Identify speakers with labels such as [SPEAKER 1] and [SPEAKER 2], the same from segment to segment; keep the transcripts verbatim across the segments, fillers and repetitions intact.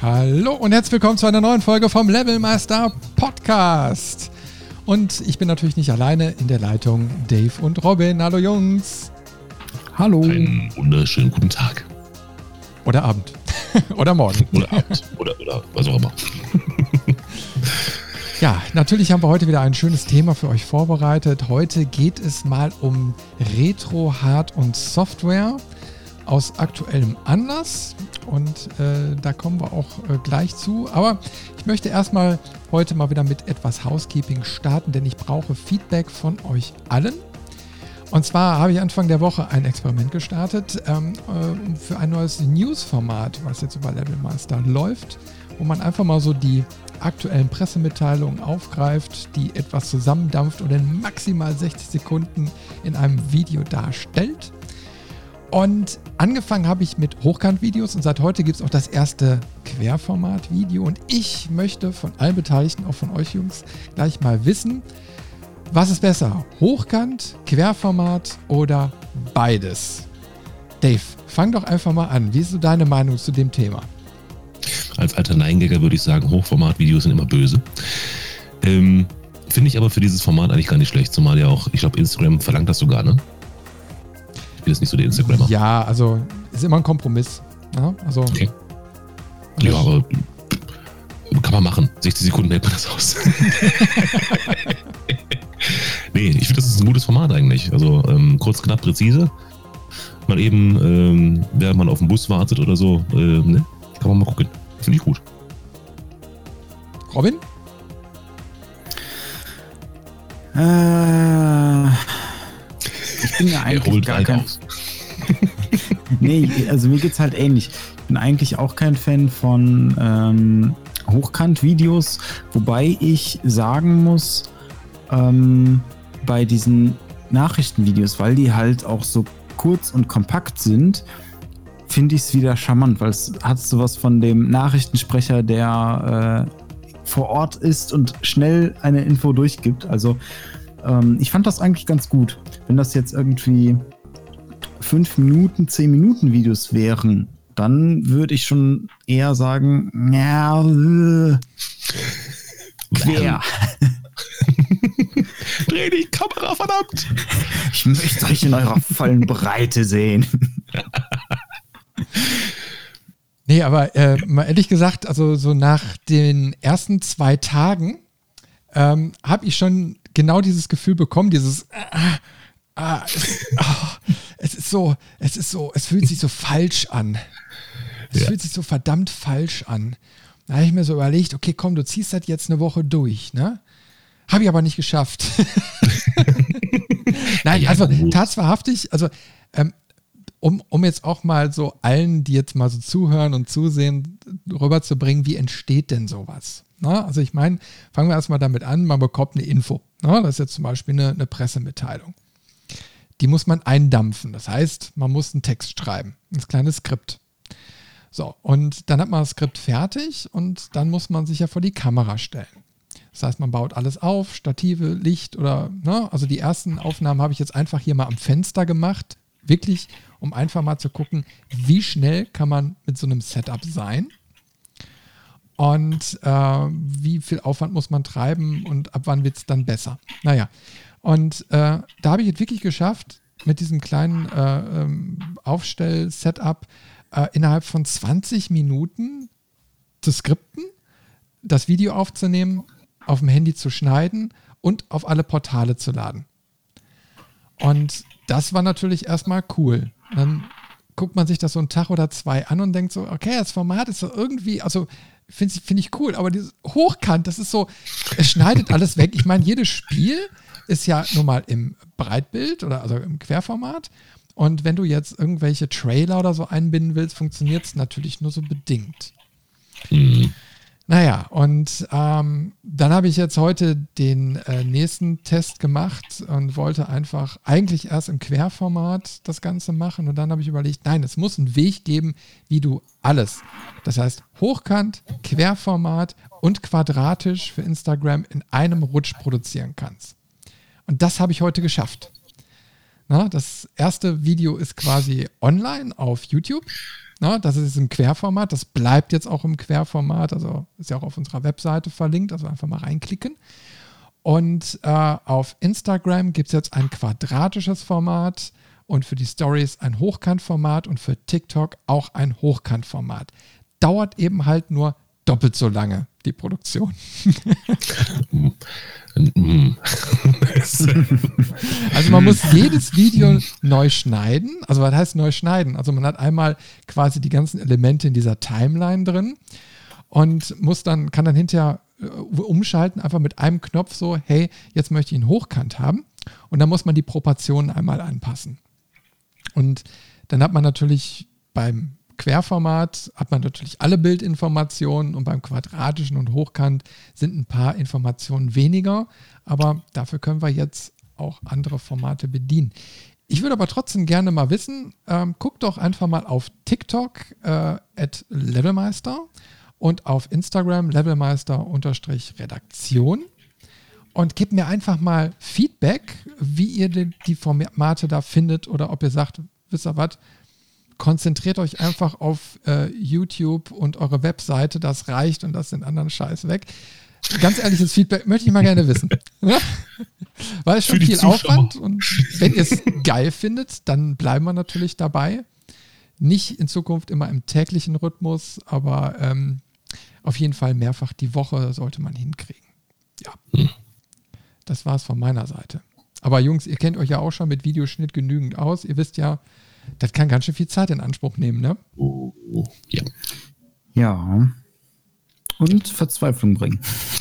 [SPEAKER 1] Hallo und herzlich willkommen zu einer neuen Folge vom Levelmaster Podcast. Und ich bin natürlich nicht alleine in der Leitung, Dave und Robin. Hallo Jungs.
[SPEAKER 2] Hallo. Einen wunderschönen guten Tag.
[SPEAKER 1] Oder Abend. Oder Morgen.
[SPEAKER 2] Oder Abend. Oder, oder was auch immer.
[SPEAKER 1] Ja, natürlich haben wir heute wieder ein schönes Thema für euch vorbereitet. Heute geht es mal um Retro, Hard- und Software aus aktuellem Anlass. Und äh, da kommen wir auch äh, gleich zu. Aber ich möchte erstmal heute mal wieder mit etwas Housekeeping starten, denn ich brauche Feedback von euch allen. Und zwar habe ich Anfang der Woche ein Experiment gestartet ähm, äh, für ein neues News-Format, was jetzt über Levelmaster läuft, wo man einfach mal so die aktuellen Pressemitteilungen aufgreift, die etwas zusammendampft und in maximal sechzig Sekunden in einem Video darstellt. Und angefangen habe ich mit Hochkant-Videos und seit heute gibt es auch das erste Querformat-Video. Und ich möchte von allen Beteiligten, auch von euch Jungs, gleich mal wissen, was ist besser? Hochkant, Querformat oder beides? Dave, fang doch einfach mal an. Wie ist so deine Meinung zu dem Thema?
[SPEAKER 2] Als alter Neingänger würde ich sagen, Hochformat-Videos sind immer böse. Ähm, finde ich aber für dieses Format eigentlich gar nicht schlecht, zumal ja auch, ich glaube, Instagram verlangt das sogar, ne? Ich bin jetzt nicht so der Instagrammer.
[SPEAKER 1] Ja, also ist immer ein Kompromiss. Ja, also,
[SPEAKER 2] okay. Ja, aber kann man machen. sechzig Sekunden hält man das aus. Nee, ich finde, das ist ein gutes Format eigentlich. Also ähm, kurz, knapp, präzise. Mal eben, ähm, während man auf den Bus wartet oder so, äh, ne? Kann man mal gucken. Finde ich gut.
[SPEAKER 1] Robin?
[SPEAKER 3] Äh, ich bin ja eigentlich gar kein... Nee, also mir geht's halt ähnlich. Ich bin eigentlich auch kein Fan von ähm, Hochkant-Videos, wobei ich sagen muss, ähm, bei diesen Nachrichtenvideos, weil die halt auch so kurz und kompakt sind, finde ich es wieder charmant, weil es hat sowas von dem Nachrichtensprecher, der äh, vor Ort ist und schnell eine Info durchgibt. Also ähm, ich fand das eigentlich ganz gut. Wenn das jetzt irgendwie fünf Minuten, zehn Minuten Videos wären, dann würde ich schon eher sagen, ja, äh, quer.
[SPEAKER 2] Dreh die Kamera, verdammt!
[SPEAKER 3] Ich möchte euch in eurer vollen Breite sehen.
[SPEAKER 1] Nee, aber äh, mal ehrlich gesagt, also so nach den ersten zwei Tagen ähm, habe ich schon genau dieses Gefühl bekommen, dieses äh, äh, es, oh, es ist so, es ist so, es fühlt sich so falsch an. Es ja. fühlt sich so verdammt falsch an. Da habe ich mir so überlegt, okay, komm, du ziehst das jetzt eine Woche durch, ne? Habe ich aber nicht geschafft. Nein, also tatsächlich, also ähm, um, um jetzt auch mal so allen, die jetzt mal so zuhören und zusehen, rüberzubringen, wie entsteht denn sowas? Na, also ich meine, fangen wir erstmal damit an, man bekommt eine Info. Na, das ist jetzt zum Beispiel eine, eine Pressemitteilung. Die muss man eindampfen. Das heißt, man muss einen Text schreiben, ein kleines Skript. So, und dann hat man das Skript fertig und dann muss man sich ja vor die Kamera stellen. Das heißt, man baut alles auf, Stative, Licht oder, ne, also die ersten Aufnahmen habe ich jetzt einfach hier mal am Fenster gemacht. Wirklich, um einfach mal zu gucken, wie schnell kann man mit so einem Setup sein und äh, wie viel Aufwand muss man treiben und ab wann wird es dann besser. Naja, und äh, da habe ich es wirklich geschafft, mit diesem kleinen äh, ähm, Aufstell-Setup äh, innerhalb von zwanzig Minuten zu skripten, das Video aufzunehmen, auf dem Handy zu schneiden und auf alle Portale zu laden. Und das war natürlich erstmal cool. Dann guckt man sich das so einen Tag oder zwei an und denkt so, okay, das Format ist so irgendwie, also finde find ich cool, aber dieses Hochkant, das ist so, es schneidet alles weg. Ich meine, jedes Spiel ist ja nun mal im Breitbild oder also im Querformat. Und wenn du jetzt irgendwelche Trailer oder so einbinden willst, funktioniert es natürlich nur so bedingt. Mhm. Naja, und ähm, dann habe ich jetzt heute den äh, nächsten Test gemacht und wollte einfach eigentlich erst im Querformat das Ganze machen. Und dann habe ich überlegt, nein, es muss einen Weg geben, wie du alles, das heißt Hochkant, Querformat und quadratisch für Instagram in einem Rutsch produzieren kannst. Und das habe ich heute geschafft. Na, das erste Video ist quasi online auf YouTube. Na, das ist im Querformat. Das bleibt jetzt auch im Querformat. Also ist ja auch auf unserer Webseite verlinkt. Also einfach mal reinklicken. Und äh, auf Instagram gibt es jetzt ein quadratisches Format und für die Stories ein Hochkantformat und für TikTok auch ein Hochkantformat. Dauert eben halt nur doppelt so lange, die Produktion. Also man muss jedes Video neu schneiden. Also was heißt neu schneiden? Also man hat einmal quasi die ganzen Elemente in dieser Timeline drin und muss dann, kann dann hinterher umschalten, einfach mit einem Knopf so, hey, jetzt möchte ich ihn hochkant haben. Und dann muss man die Proportionen einmal anpassen. Und dann hat man natürlich beim Querformat hat man natürlich alle Bildinformationen und beim quadratischen und Hochkant sind ein paar Informationen weniger, aber dafür können wir jetzt auch andere Formate bedienen. Ich würde aber trotzdem gerne mal wissen, ähm, guckt doch einfach mal auf TikTok äh, at Levelmeister und auf Instagram Levelmeister-Redaktion und gebt mir einfach mal Feedback, wie ihr die, die Formate da findet oder ob ihr sagt, wisst ihr was, konzentriert euch einfach auf äh, YouTube und eure Webseite, das reicht und das den anderen Scheiß weg. Ganz ehrliches Feedback möchte ich mal gerne wissen. Weil es schon viel Aufwand und wenn ihr es geil findet, dann bleiben wir natürlich dabei. Nicht in Zukunft immer im täglichen Rhythmus, aber ähm, auf jeden Fall mehrfach die Woche sollte man hinkriegen. Ja, das war es von meiner Seite. Aber Jungs, ihr kennt euch ja auch schon mit Videoschnitt genügend aus. Ihr wisst ja, das kann ganz schön viel Zeit in Anspruch nehmen, ne?
[SPEAKER 2] Oh, ja.
[SPEAKER 3] Ja. Und Verzweiflung bringen.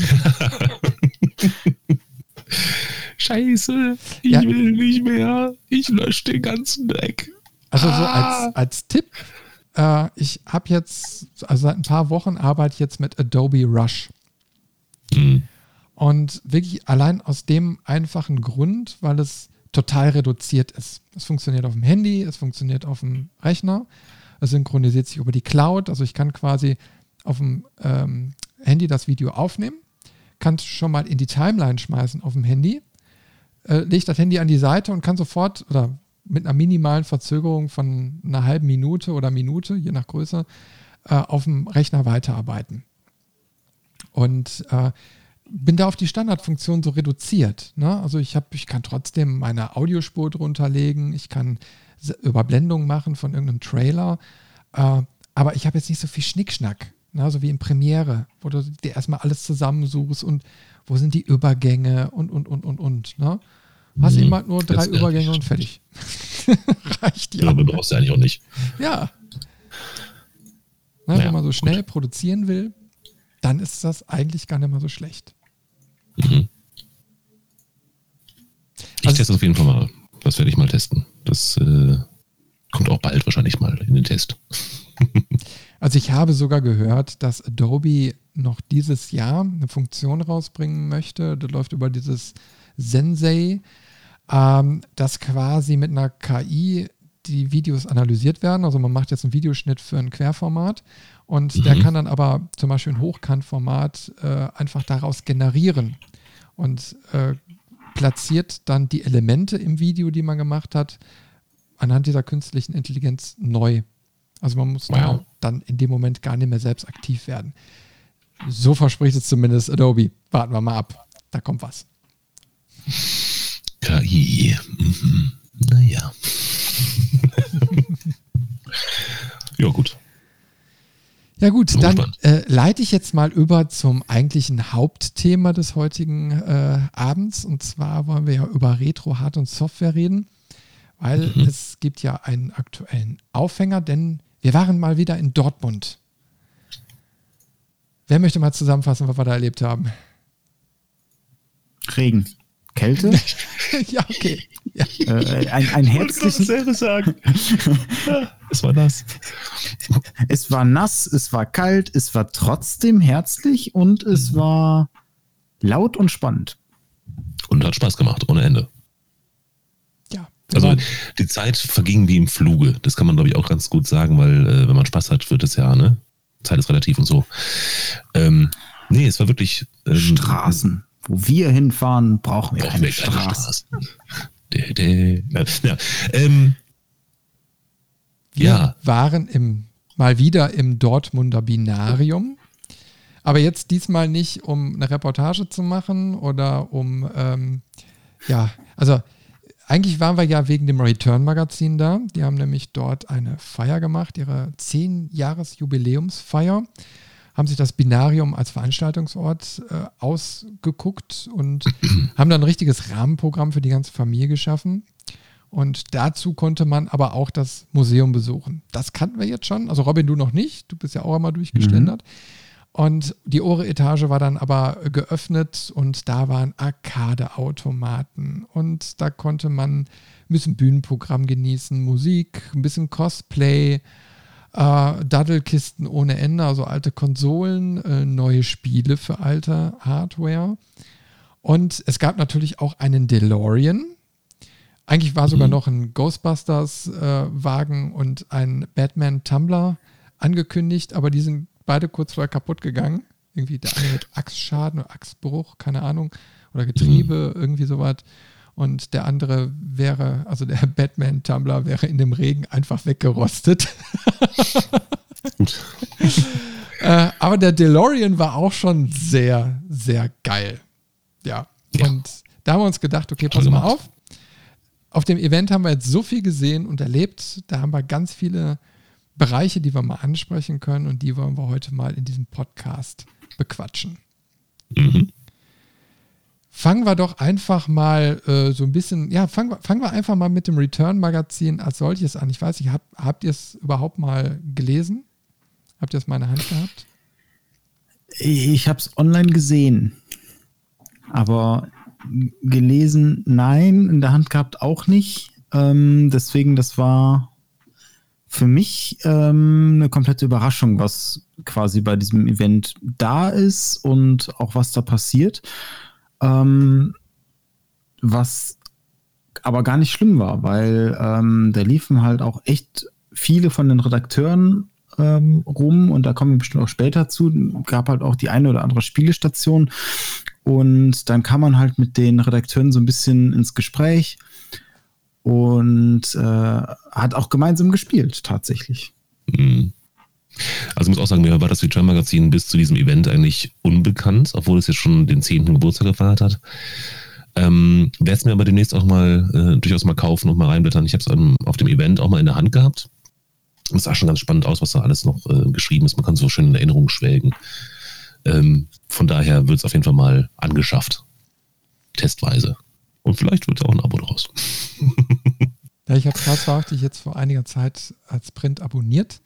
[SPEAKER 2] Scheiße, ich ja. will nicht mehr. Ich lösche den ganzen Dreck.
[SPEAKER 1] Also so als, als Tipp, äh, ich habe jetzt, also seit ein paar Wochen arbeite ich jetzt mit Adobe Rush.
[SPEAKER 2] Hm.
[SPEAKER 1] Und wirklich allein aus dem einfachen Grund, weil es total reduziert ist. Es funktioniert auf dem Handy, es funktioniert auf dem Rechner, es synchronisiert sich über die Cloud, also ich kann quasi auf dem ähm, Handy das Video aufnehmen, kann es schon mal in die Timeline schmeißen auf dem Handy, äh, lege das Handy an die Seite und kann sofort oder mit einer minimalen Verzögerung von einer halben Minute oder Minute, je nach Größe, äh, auf dem Rechner weiterarbeiten. Und äh, bin da auf die Standardfunktion so reduziert. Ne? Also ich, hab, ich kann trotzdem meine Audiospur drunter legen, ich kann Überblendungen machen von irgendeinem Trailer, äh, aber ich habe jetzt nicht so viel Schnickschnack, ne? So wie in Premiere, wo du dir erstmal alles zusammensuchst und wo sind die Übergänge und, und, und, und, und. Ne? Hast mhm. immer nur drei Übergänge und fertig. Reicht ja.
[SPEAKER 2] Ja, aber brauchst du eigentlich auch nicht.
[SPEAKER 1] Ja. Ne, naja, wenn man so schnell gut. produzieren will, dann ist das eigentlich gar nicht mal so schlecht.
[SPEAKER 2] Mhm. Ich also, teste auf jeden Fall mal. Das werde ich mal testen. Das äh, kommt auch bald wahrscheinlich mal in den Test.
[SPEAKER 1] Also ich habe sogar gehört, dass Adobe noch dieses Jahr eine Funktion rausbringen möchte. Das läuft über dieses Sensei, ähm, dass quasi mit einer K I die Videos analysiert werden. Also man macht jetzt einen Videoschnitt für ein Querformat und mhm. der kann dann aber zum Beispiel ein Hochkantformat äh, einfach daraus generieren und äh, platziert dann die Elemente im Video, die man gemacht hat, anhand dieser künstlichen Intelligenz neu. Also man muss wow. da dann in dem Moment gar nicht mehr selbst aktiv werden. So verspricht es zumindest Adobe. Warten wir mal ab. Da kommt was.
[SPEAKER 2] K I. Mhm. Naja. Ja, gut.
[SPEAKER 1] Ja gut, dann äh, leite ich jetzt mal über zum eigentlichen Hauptthema des heutigen äh, Abends. Und zwar wollen wir ja über Retro, Hard- und Software reden, weil mhm. es gibt ja einen aktuellen Aufhänger, denn wir waren mal wieder in Dortmund. Wer möchte mal zusammenfassen, was wir da erlebt haben?
[SPEAKER 3] Regen. Kälte?
[SPEAKER 1] Ja, okay. Ja.
[SPEAKER 3] Äh, ein, ein herzlichen...
[SPEAKER 2] dasselbe sagen. Ja, es war nass.
[SPEAKER 3] Es war nass, es war kalt, es war trotzdem herzlich und es war laut und spannend.
[SPEAKER 2] Und hat Spaß gemacht, ohne Ende.
[SPEAKER 1] Ja.
[SPEAKER 2] Also die Zeit verging wie im Fluge. Das kann man, glaube ich, auch ganz gut sagen, weil äh, wenn man Spaß hat, wird es ja, ne? Zeit ist relativ und so. Ähm, nee, es war wirklich... Ähm,
[SPEAKER 3] Straßen. Wo wir hinfahren, brauchen wir
[SPEAKER 2] brauchen
[SPEAKER 3] keine
[SPEAKER 2] wir keine
[SPEAKER 3] Straßen.
[SPEAKER 2] Straßen. Der, dä. Ja, ähm,
[SPEAKER 1] Wir
[SPEAKER 2] ja.
[SPEAKER 1] waren im, mal wieder im Dortmunder Binarium. Aber jetzt diesmal nicht, um eine Reportage zu machen oder um, ähm, ja, also eigentlich waren wir ja wegen dem Return-Magazin da. Die haben nämlich dort eine Feier gemacht, ihre zehn-Jahres-Jubiläumsfeier. Haben sich das Binarium als Veranstaltungsort äh, ausgeguckt und haben dann ein richtiges Rahmenprogramm für die ganze Familie geschaffen. Und dazu konnte man aber auch das Museum besuchen. Das kannten wir jetzt schon. Also Robin, du noch nicht. Du bist ja auch einmal durchgeschlendert. Mhm. Und die obere Etage war dann aber geöffnet und da waren Arcade-Automaten. Und da konnte man ein bisschen Bühnenprogramm genießen, Musik, ein bisschen Cosplay, Äh, Daddelkisten ohne Ende, also alte Konsolen, äh, neue Spiele für alte Hardware. Und es gab natürlich auch einen DeLorean. Eigentlich war sogar mhm. noch ein Ghostbusters-Wagen äh, und ein Batman-Tumbler angekündigt, aber die sind beide kurz vorher kaputt gegangen. Irgendwie der eine mit Achsschaden oder Achsbruch, keine Ahnung, oder Getriebe, mhm. irgendwie sowas. Und der andere wäre, also der Batman-Tumbler wäre in dem Regen einfach weggerostet.
[SPEAKER 2] Gut.
[SPEAKER 1] äh, aber der DeLorean war auch schon sehr, sehr geil. Ja. ja. Und da haben wir uns gedacht, okay, pass mal auf. Auf dem Event haben wir jetzt so viel gesehen und erlebt. Da haben wir ganz viele Bereiche, die wir mal ansprechen können und die wollen wir heute mal in diesem Podcast bequatschen. Mhm. Fangen wir doch einfach mal äh, so ein bisschen, ja, fangen wir, fangen wir einfach mal mit dem Return-Magazin als solches an. Ich weiß nicht, hab, habt ihr es überhaupt mal gelesen? Habt ihr es mal in der Hand gehabt?
[SPEAKER 3] Ich habe es online gesehen, aber gelesen, nein, in der Hand gehabt auch nicht. Ähm, deswegen, das war für mich ähm, eine komplette Überraschung, was quasi bei diesem Event da ist und auch was da passiert. Ähm, was aber gar nicht schlimm war, weil ähm, da liefen halt auch echt viele von den Redakteuren ähm, rum und da kommen wir bestimmt auch später zu. Gab halt auch die eine oder andere Spielestation und dann kam man halt mit den Redakteuren so ein bisschen ins Gespräch und äh, hat auch gemeinsam gespielt, tatsächlich.
[SPEAKER 2] Mhm. Also ich muss auch sagen, mir war das Return-Magazin bis zu diesem Event eigentlich unbekannt, obwohl es jetzt schon den zehnten Geburtstag gefeiert hat. Ähm, werde es mir aber demnächst auch mal äh, durchaus mal kaufen und mal reinblättern. Ich habe es ähm, auf dem Event auch mal in der Hand gehabt. Es sah schon ganz spannend aus, was da alles noch äh, geschrieben ist. Man kann so schön in Erinnerung schwelgen. Ähm, von daher wird es auf jeden Fall mal angeschafft. Testweise. Und vielleicht wird auch ein Abo draus.
[SPEAKER 1] Ja, ich habe es tatsächlich jetzt vor einiger Zeit als Print abonniert.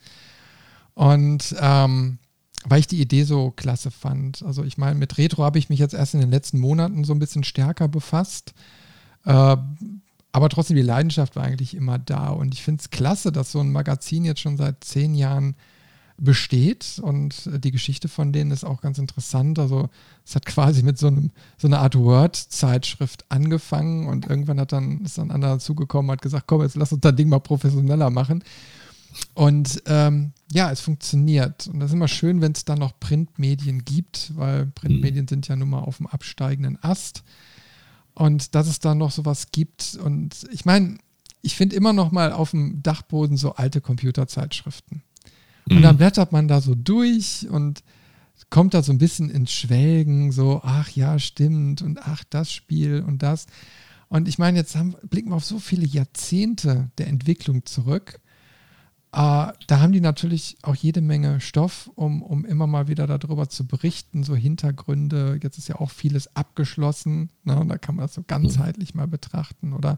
[SPEAKER 1] Und ähm, weil ich die Idee so klasse fand. Also ich meine, mit Retro habe ich mich jetzt erst in den letzten Monaten so ein bisschen stärker befasst. Äh, aber trotzdem, die Leidenschaft war eigentlich immer da. Und ich finde es klasse, dass so ein Magazin jetzt schon seit zehn Jahren besteht. Und die Geschichte von denen ist auch ganz interessant. Also es hat quasi mit so, einem, so einer Art Word-Zeitschrift angefangen. Und irgendwann hat dann, ist dann ein anderer dazugekommen und hat gesagt, komm, jetzt lass uns das Ding mal professioneller machen. Und ähm, ja, es funktioniert. Und das ist immer schön, wenn es dann noch Printmedien gibt, weil Printmedien sind ja nun mal auf dem absteigenden Ast. Und dass es da noch sowas gibt. Und ich meine, ich finde immer noch mal auf dem Dachboden so alte Computerzeitschriften. Und mhm. dann blättert man da so durch und kommt da so ein bisschen ins Schwelgen, so, ach ja, stimmt, und ach, das Spiel und das. Und ich meine, jetzt haben, blicken wir auf so viele Jahrzehnte der Entwicklung zurück. Uh, da haben die natürlich auch jede Menge Stoff, um, um immer mal wieder darüber zu berichten, so Hintergründe. Jetzt ist ja auch vieles abgeschlossen, ne? Und da kann man das so ganzheitlich mal betrachten. Oder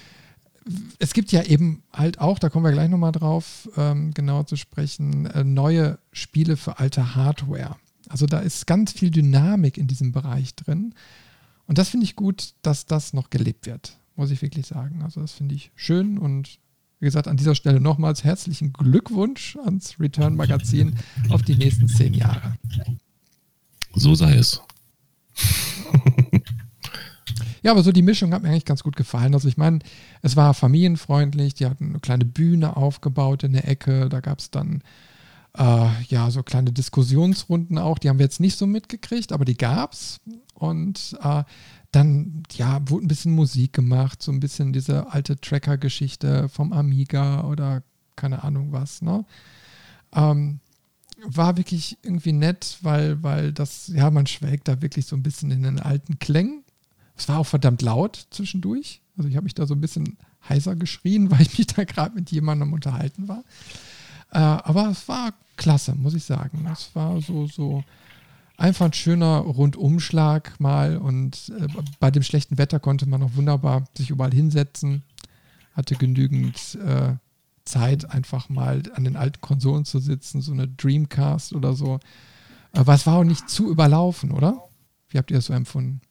[SPEAKER 1] es gibt ja eben halt auch, da kommen wir gleich nochmal drauf, ähm, genauer zu sprechen, äh, neue Spiele für alte Hardware. Also da ist ganz viel Dynamik in diesem Bereich drin. Und das finde ich gut, dass das noch gelebt wird, muss ich wirklich sagen. Also das finde ich schön und wie gesagt, an dieser Stelle nochmals herzlichen Glückwunsch ans Return-Magazin auf die nächsten zehn Jahre.
[SPEAKER 2] So sei es.
[SPEAKER 1] Ja, aber so die Mischung hat mir eigentlich ganz gut gefallen. Also ich meine, es war familienfreundlich, die hatten eine kleine Bühne aufgebaut in der Ecke, da gab es dann äh, ja so kleine Diskussionsrunden auch, die haben wir jetzt nicht so mitgekriegt, aber die gab es. und äh, dann, ja, wurde ein bisschen Musik gemacht, so ein bisschen diese alte Tracker-Geschichte vom Amiga oder keine Ahnung was, ne? Ähm, war wirklich irgendwie nett, weil, weil das, ja, man schwelgt da wirklich so ein bisschen in den alten Klängen. Es war auch verdammt laut zwischendurch. Also ich habe mich da so ein bisschen heiser geschrien, weil ich mich da gerade mit jemandem unterhalten war. Äh, aber es war klasse, muss ich sagen. Es war so, so einfach ein schöner Rundumschlag mal und äh, bei dem schlechten Wetter konnte man auch wunderbar sich überall hinsetzen, hatte genügend äh, Zeit, einfach mal an den alten Konsolen zu sitzen, so eine Dreamcast oder so. Aber es war auch nicht zu überlaufen, oder? Wie habt ihr das so empfunden?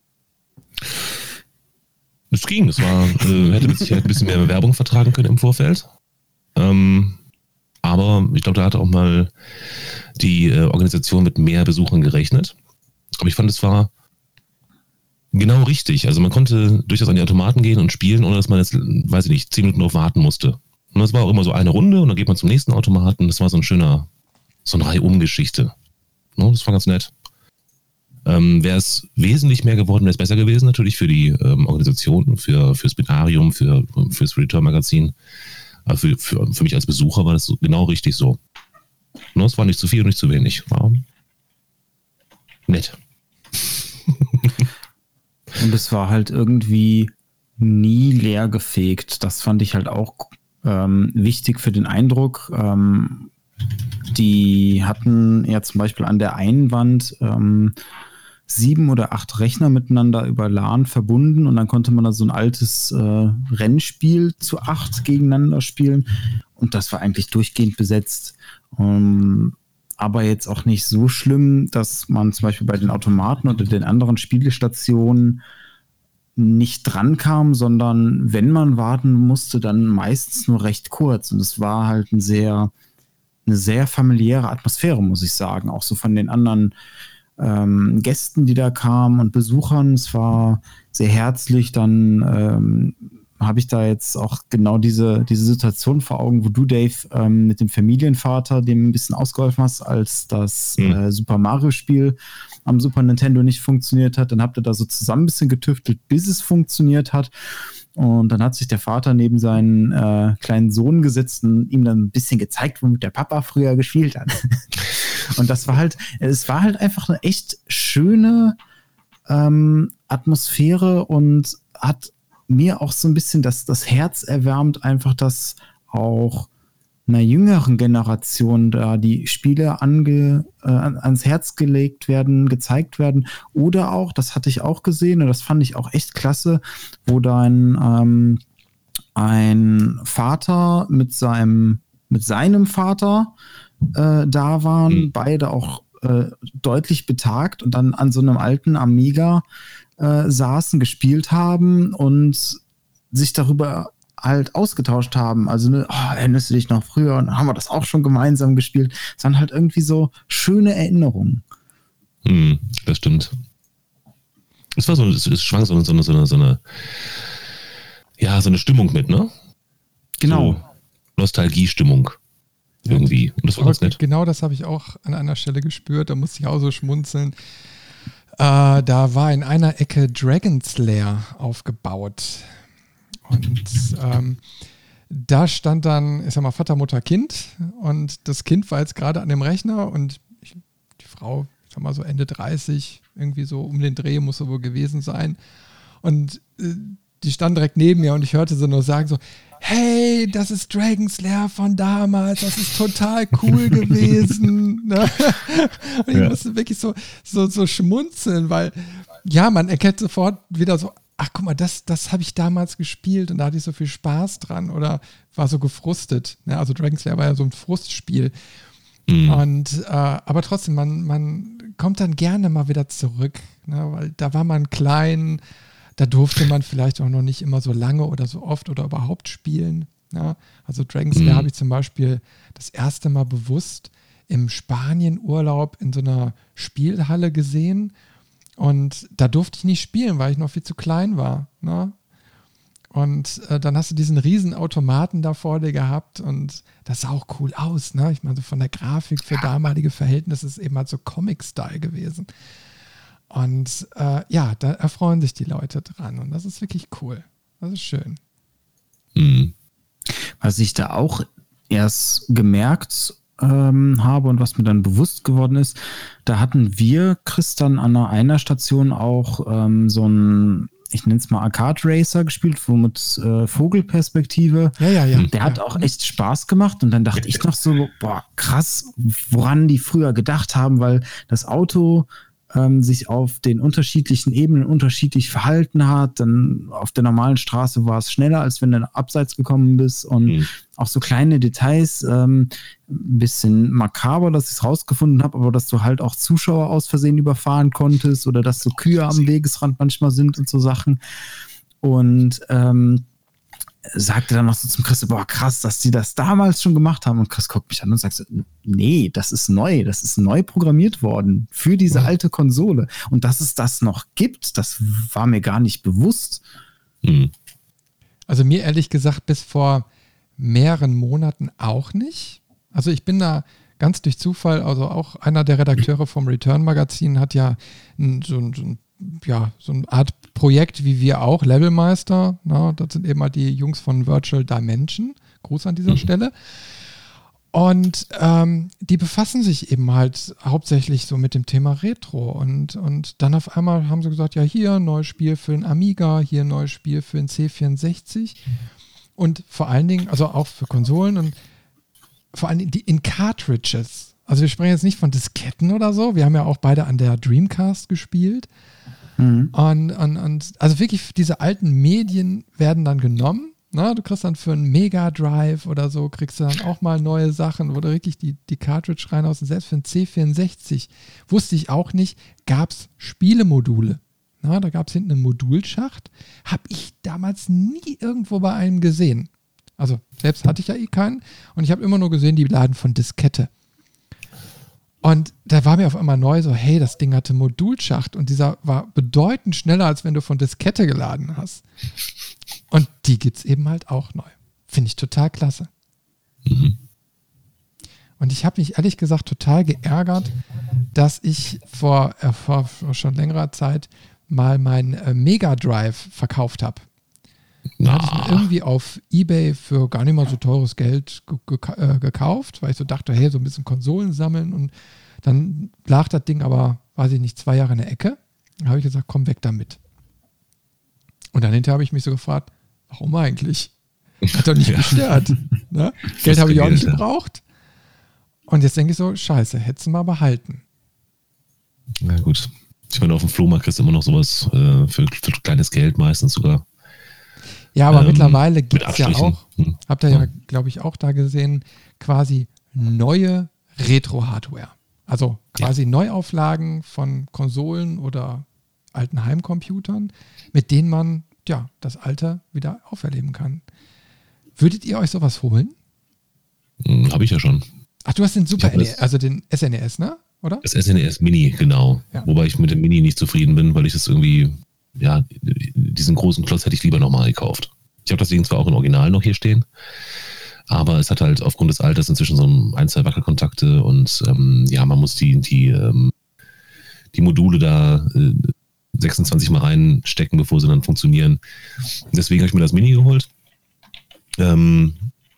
[SPEAKER 2] Es ging, es war, äh, hätte mit Sicherheit ein bisschen mehr Werbung vertragen können im Vorfeld. Ähm, aber ich glaube, da hatte auch mal die äh, Organisation mit mehr Besuchern gerechnet. Aber ich fand, es war genau richtig. Also man konnte durchaus an die Automaten gehen und spielen, ohne dass man jetzt, weiß ich nicht, zehn Minuten drauf warten musste. Und das war auch immer so eine Runde und dann geht man zum nächsten Automaten. Das war so ein schöner, so eine Reihum-Geschichte. No, das war ganz nett. Ähm, wäre es wesentlich mehr geworden, wäre es besser gewesen, natürlich für die ähm, Organisation, für fürs Binarium, für fürs Return-Magazin. Aber für, für, für mich als Besucher war das so, genau richtig so. No, es war nicht zu viel und nicht zu wenig. War nett.
[SPEAKER 3] Und es war halt irgendwie nie leer gefegt. Das fand ich halt auch ähm, wichtig für den Eindruck. Ähm, die hatten ja zum Beispiel an der einen Wand ähm, sieben oder acht Rechner miteinander über LAN verbunden und dann konnte man da so ein altes äh, Rennspiel zu acht gegeneinander spielen und das war eigentlich durchgehend besetzt. Um, aber jetzt auch nicht so schlimm, dass man zum Beispiel bei den Automaten oder den anderen Spielestationen nicht dran kam, sondern wenn man warten musste, dann meistens nur recht kurz und es war halt ein sehr, eine sehr familiäre Atmosphäre, muss ich sagen, auch so von den anderen Ähm, Gästen, die da kamen und Besuchern. Es war sehr herzlich. Dann ähm, habe ich da jetzt auch genau diese, diese Situation vor Augen, wo du, Dave, ähm, mit dem Familienvater dem ein bisschen ausgeholfen hast, als das mhm. äh, Super Mario-Spiel am Super Nintendo nicht funktioniert hat. Dann habt ihr da so zusammen ein bisschen getüftelt, bis es funktioniert hat. Und dann hat sich der Vater neben seinen äh, kleinen Sohn gesetzt und ihm dann ein bisschen gezeigt, womit der Papa früher gespielt hat. Und das war halt, es war halt einfach eine echt schöne ähm, Atmosphäre und hat mir auch so ein bisschen das, das Herz erwärmt, einfach, dass auch einer jüngeren Generation da die Spiele ange, äh, ans Herz gelegt werden, gezeigt werden. Oder auch, das hatte ich auch gesehen und das fand ich auch echt klasse, wo dann ähm, ein Vater mit seinem, mit seinem Vater äh, da waren, mhm. beide auch äh, deutlich betagt und dann an so einem alten Amiga äh, saßen, gespielt haben und sich darüber halt ausgetauscht haben. Also, ne, oh, erinnerst du dich noch früher? Und dann haben wir das auch schon gemeinsam gespielt. Es waren halt irgendwie so schöne Erinnerungen.
[SPEAKER 2] Hm, das stimmt. Es war so, es, es schwang so eine, so eine, so eine, so eine, ja, so eine Stimmung mit, ne?
[SPEAKER 3] Genau.
[SPEAKER 2] So Nostalgie-Stimmung. Irgendwie. Und das war ganz nett.
[SPEAKER 1] Genau das habe ich auch an einer Stelle gespürt. Da musste ich auch so schmunzeln. Äh, da war in einer Ecke Dragon's Lair aufgebaut. Und ähm, da stand dann, ich sag mal, Vater, Mutter, Kind. Und das Kind war jetzt gerade an dem Rechner und ich, die Frau, ich sag mal so Ende dreißig, irgendwie so um den Dreh muss er wohl gewesen sein. Und äh, die stand direkt neben mir und ich hörte sie nur sagen so, hey, das ist Dragon's Lair von damals, das ist total cool gewesen. Ne? Und ich ja. musste wirklich so, so, so schmunzeln, weil ja, man erkennt sofort wieder so, ach guck mal, das, das habe ich damals gespielt und da hatte ich so viel Spaß dran oder war so gefrustet. Ne? Also Dragon's Lair war ja so ein Frustspiel. Mhm. Und äh, aber trotzdem, man, man kommt dann gerne mal wieder zurück, ne? Weil da war man klein, da durfte man vielleicht auch noch nicht immer so lange oder so oft oder überhaupt spielen. Ja? Also Dragon's Lair mhm. habe ich zum Beispiel das erste Mal bewusst im Spanien-Urlaub in so einer Spielhalle gesehen. Und da durfte ich nicht spielen, weil ich noch viel zu klein war. Ne? Und äh, dann hast du diesen riesen Automaten da vor dir gehabt und das sah auch cool aus. Ne? Ich meine, so von der Grafik für damalige Verhältnisse ist es eben halt so Comic-Style gewesen. Und äh, ja, da erfreuen sich die Leute dran und das ist wirklich cool. Das ist schön.
[SPEAKER 2] Mhm.
[SPEAKER 3] Was ich da auch erst gemerkt ähm, habe und was mir dann bewusst geworden ist, da hatten wir, Chris, dann an einer Station auch ähm, so ein, ich nenne es mal Arcade Racer gespielt, wo mit äh, Vogelperspektive.
[SPEAKER 1] Ja, ja, ja.
[SPEAKER 3] Der hat auch echt Spaß gemacht und dann dachte ich noch so, boah, krass, woran die früher gedacht haben, weil das Auto ähm, sich auf den unterschiedlichen Ebenen unterschiedlich verhalten hat. Dann auf der normalen Straße war es schneller, als wenn du abseits gekommen bist und mhm. auch so kleine Details, ähm, ein bisschen makaber, dass ich es rausgefunden habe, aber dass du halt auch Zuschauer aus Versehen überfahren konntest oder dass so Kühe am Wegesrand manchmal sind und so Sachen. Und ähm, sagte dann noch so zum Chris, boah, krass, dass die das damals schon gemacht haben. Und Chris guckt mich an und sagt so, nee, das ist neu. Das ist neu programmiert worden für diese alte Konsole. Und dass es das noch gibt, das war mir gar nicht bewusst.
[SPEAKER 2] Mhm.
[SPEAKER 1] Also mir ehrlich gesagt bis vor mehreren Monaten auch nicht. Also ich bin da ganz durch Zufall, also auch einer der Redakteure vom Return-Magazin hat ja ein, so, ein, so, ein, ja, so eine Art Projekt wie wir auch, Levelmeister. Na, das sind eben halt die Jungs von Virtual Dimension. Gruß an dieser mhm. Stelle. Und ähm, die befassen sich eben halt hauptsächlich so mit dem Thema Retro. Und, und dann auf einmal haben sie gesagt, ja hier ein neues Spiel für den Amiga, hier ein neues Spiel für den C vierundsechzig. Und vor allen Dingen, also auch für Konsolen und vor allen Dingen die in Cartridges. Also wir sprechen jetzt nicht von Disketten oder so. Wir haben ja auch beide an der Dreamcast gespielt. Mhm. Und, und, und also wirklich diese alten Medien werden dann genommen. Na, du kriegst dann für einen Mega Drive oder so, kriegst du dann auch mal neue Sachen, wo du wirklich die, die Cartridge reinhaust. Und selbst für einen C vierundsechzig, wusste ich auch nicht, gab es Spielemodule. Na, da gab es hinten einen Modulschacht. Habe ich damals nie irgendwo bei einem gesehen. Also selbst hatte ich ja eh keinen. Und ich habe immer nur gesehen, die laden von Diskette. Und da war mir auf einmal neu so, hey, das Ding hatte Modulschacht und dieser war bedeutend schneller, als wenn du von Diskette geladen hast. Und die gibt es eben halt auch neu. Finde ich total klasse.
[SPEAKER 2] Mhm.
[SPEAKER 1] Und ich habe mich ehrlich gesagt total geärgert, dass ich vor, äh, vor, vor schon längerer Zeit mal meinen äh, Mega Drive verkauft habe. Den hatte ich mir irgendwie auf eBay für gar nicht mal so teures Geld ge- ge- äh, gekauft, weil ich so dachte, hey, so ein bisschen Konsolen sammeln und dann lag das Ding aber, weiß ich nicht, zwei Jahre in der Ecke. Da habe ich gesagt, komm weg damit. Und dann hinterher habe ich mich so gefragt, warum eigentlich? Hat doch nicht
[SPEAKER 2] Ja.
[SPEAKER 1] gestört. Ne? Geld habe ich auch nicht gebraucht. Und jetzt denke ich so, scheiße, hättest du mal behalten.
[SPEAKER 2] Na gut. Ich meine, auf dem Flohmarkt kriegst du immer noch sowas äh, für, für kleines Geld meistens sogar.
[SPEAKER 1] Ja, aber
[SPEAKER 2] ähm,
[SPEAKER 1] mittlerweile gibt es ja
[SPEAKER 2] Abstrichen.
[SPEAKER 1] auch,
[SPEAKER 2] Hm.
[SPEAKER 1] habt ihr ja, glaube ich, auch da gesehen, quasi neue Retro-Hardware. Also quasi ja. Neuauflagen von Konsolen oder alten Heimcomputern, mit denen man ja das Alter wieder auferleben kann. Würdet ihr euch sowas holen?
[SPEAKER 2] Hm, habe ich ja schon.
[SPEAKER 1] Ach, du hast den Super
[SPEAKER 2] Ich hab
[SPEAKER 1] N E S,
[SPEAKER 2] das-
[SPEAKER 1] also den S N E S, ne? Oder?
[SPEAKER 2] Das S N E S Mini, genau.
[SPEAKER 1] Ja.
[SPEAKER 2] Wobei ich mit dem Mini nicht zufrieden bin, weil ich das irgendwie, ja, diesen großen Klotz hätte ich lieber nochmal gekauft. Ich habe das Ding zwar auch in Original noch hier stehen, aber es hat halt aufgrund des Alters inzwischen so ein, zwei Wackelkontakte und ähm, ja, man muss die, die, ähm, die Module da äh, sechsundzwanzig Mal reinstecken, bevor sie dann funktionieren. Deswegen habe ich mir das Mini geholt. Ähm,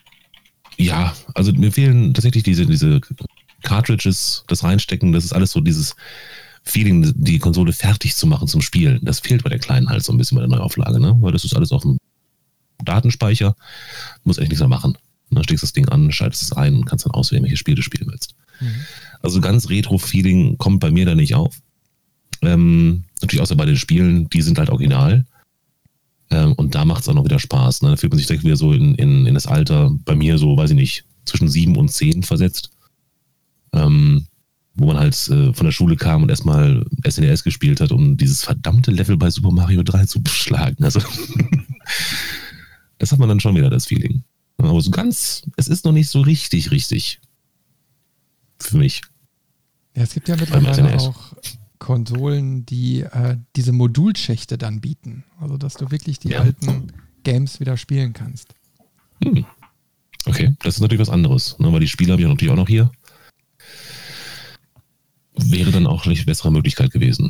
[SPEAKER 2] ja, also mir fehlen tatsächlich diese, diese Cartridges, das Reinstecken, das ist alles so dieses Feeling, die Konsole fertig zu machen zum Spielen. Das fehlt bei der Kleinen halt so ein bisschen bei der Neuauflage, ne? Weil das ist alles auf dem Datenspeicher, muss echt nichts mehr machen. Dann steckst das Ding an, schaltest es ein und kannst dann auswählen, welche Spiele du spielen willst.
[SPEAKER 1] Mhm.
[SPEAKER 2] Also ganz Retro-Feeling kommt bei mir da nicht auf. Ähm, natürlich außer bei den Spielen, die sind halt original. Ähm, und da macht es auch noch wieder Spaß. Ne? Da fühlt man sich direkt wieder so in, in, in das Alter, bei mir so, weiß ich nicht, zwischen sieben und zehn versetzt. Ähm, wo man halt äh, von der Schule kam und erstmal S N E S gespielt hat, um dieses verdammte Level bei Super Mario drei zu beschlagen. Also das hat man dann schon wieder, das Feeling. Aber so ganz, es ist noch nicht so richtig, richtig. Für mich.
[SPEAKER 1] Ja, es gibt ja
[SPEAKER 2] S
[SPEAKER 1] mittlerweile
[SPEAKER 2] N E S.
[SPEAKER 1] auch Konsolen, die äh, diese Modulschächte dann bieten. Also, dass du wirklich die
[SPEAKER 2] Ja.
[SPEAKER 1] alten Games wieder spielen kannst.
[SPEAKER 2] Hm. Okay, das ist natürlich was anderes, ne? Weil die Spiele habe ich ja natürlich auch noch hier. Wäre dann auch eine bessere Möglichkeit gewesen.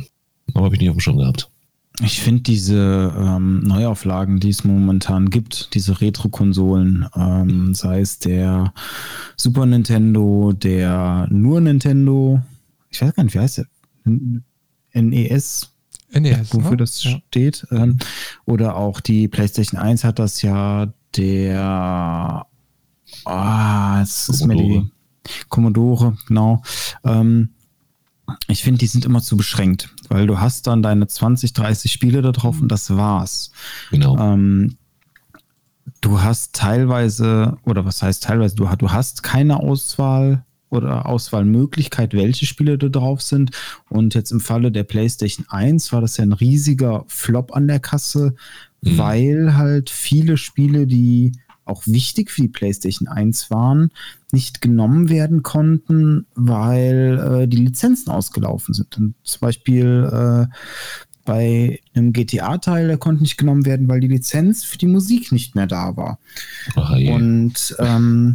[SPEAKER 2] Aber habe ich nicht auf dem Schirm gehabt.
[SPEAKER 3] Ich finde diese ähm, Neuauflagen, die es momentan gibt, diese Retro-Konsolen, ähm, sei es der Super Nintendo, der nur Nintendo, ich weiß gar nicht, wie heißt der? N E S,
[SPEAKER 1] N E S,
[SPEAKER 3] wofür
[SPEAKER 1] ne?
[SPEAKER 3] das
[SPEAKER 1] Ja.
[SPEAKER 3] steht. Ähm, oder auch die PlayStation eins hat das ja, der ah, jetzt ist mir die Commodore, genau. Ähm, ich finde, die sind immer zu beschränkt, weil du hast dann deine zwanzig, dreißig Spiele da drauf und das war's.
[SPEAKER 2] Genau.
[SPEAKER 3] Ähm, du hast teilweise, oder was heißt teilweise, du, du hast keine Auswahl oder Auswahlmöglichkeit, welche Spiele da drauf sind. Und jetzt im Falle der PlayStation eins war das ja ein riesiger Flop an der Kasse, mhm. weil halt viele Spiele, die auch wichtig für die PlayStation eins waren, nicht genommen werden konnten, weil äh, die Lizenzen ausgelaufen sind. Und zum Beispiel äh, bei einem G T A-Teil, der konnte nicht genommen werden, weil die Lizenz für die Musik nicht mehr da war.
[SPEAKER 2] Ach, je.
[SPEAKER 3] Und ähm,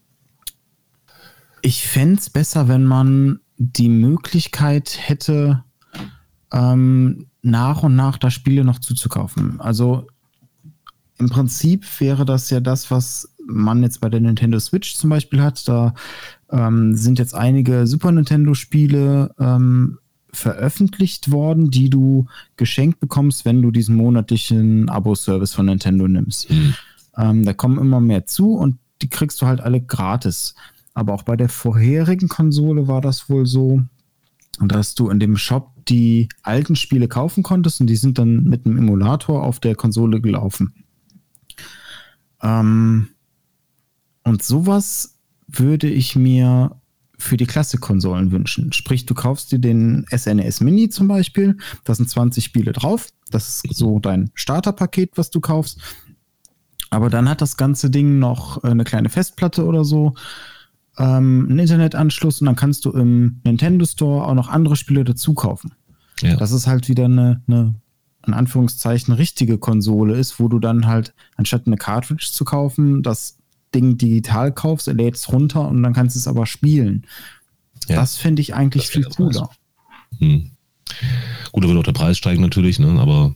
[SPEAKER 3] ich fände es besser, wenn man die Möglichkeit hätte, ähm, nach und nach da Spiele noch zuzukaufen. Also im Prinzip wäre das ja das, was man jetzt bei der Nintendo Switch zum Beispiel hat. Da ähm, sind jetzt einige Super Nintendo-Spiele ähm, veröffentlicht worden, die du geschenkt bekommst, wenn du diesen monatlichen Abo-Service von Nintendo nimmst. Mhm. Ähm, da kommen immer mehr zu und die kriegst du halt alle gratis. Aber auch bei der vorherigen Konsole war das wohl so, dass du in dem Shop die alten Spiele kaufen konntest und die sind dann mit einem Emulator auf der Konsole gelaufen. Ähm, und sowas würde ich mir für die Klassik-Konsolen wünschen. Sprich, du kaufst dir den S N E S Mini zum Beispiel, da sind zwanzig Spiele drauf, das ist so dein Starterpaket, was du kaufst. Aber dann hat das ganze Ding noch eine kleine Festplatte oder so, ähm, einen Internetanschluss und dann kannst du im Nintendo Store auch noch andere Spiele dazu kaufen. Ja. Das ist halt wieder eine, eine in Anführungszeichen richtige Konsole ist, wo du dann halt, anstatt eine Cartridge zu kaufen, das Ding digital kaufst, lädst runter und dann kannst du es aber spielen. Ja. Das finde ich eigentlich viel cooler.
[SPEAKER 2] Hm. Gut, da würde auch der Preis steigen natürlich, ne? Aber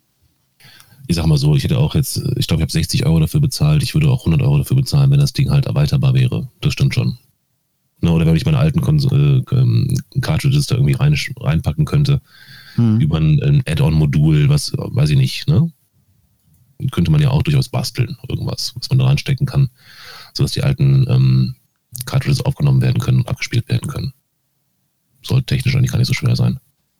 [SPEAKER 2] ich sag mal so, ich hätte auch jetzt, ich glaube, ich habe sechzig Euro dafür bezahlt, ich würde auch hundert Euro dafür bezahlen, wenn das Ding halt erweiterbar wäre. Das stimmt schon. Ne? Oder wenn ich meine alten Kons- äh, Cartridges da irgendwie rein, reinpacken könnte. Hm. Über ein, ein Add-on-Modul, was, weiß ich nicht, ne? Könnte man ja auch durchaus basteln, irgendwas, was man da reinstecken kann, sodass die alten ähm, Cartridges aufgenommen werden können und abgespielt werden können. Sollte technisch eigentlich gar nicht so schwer sein.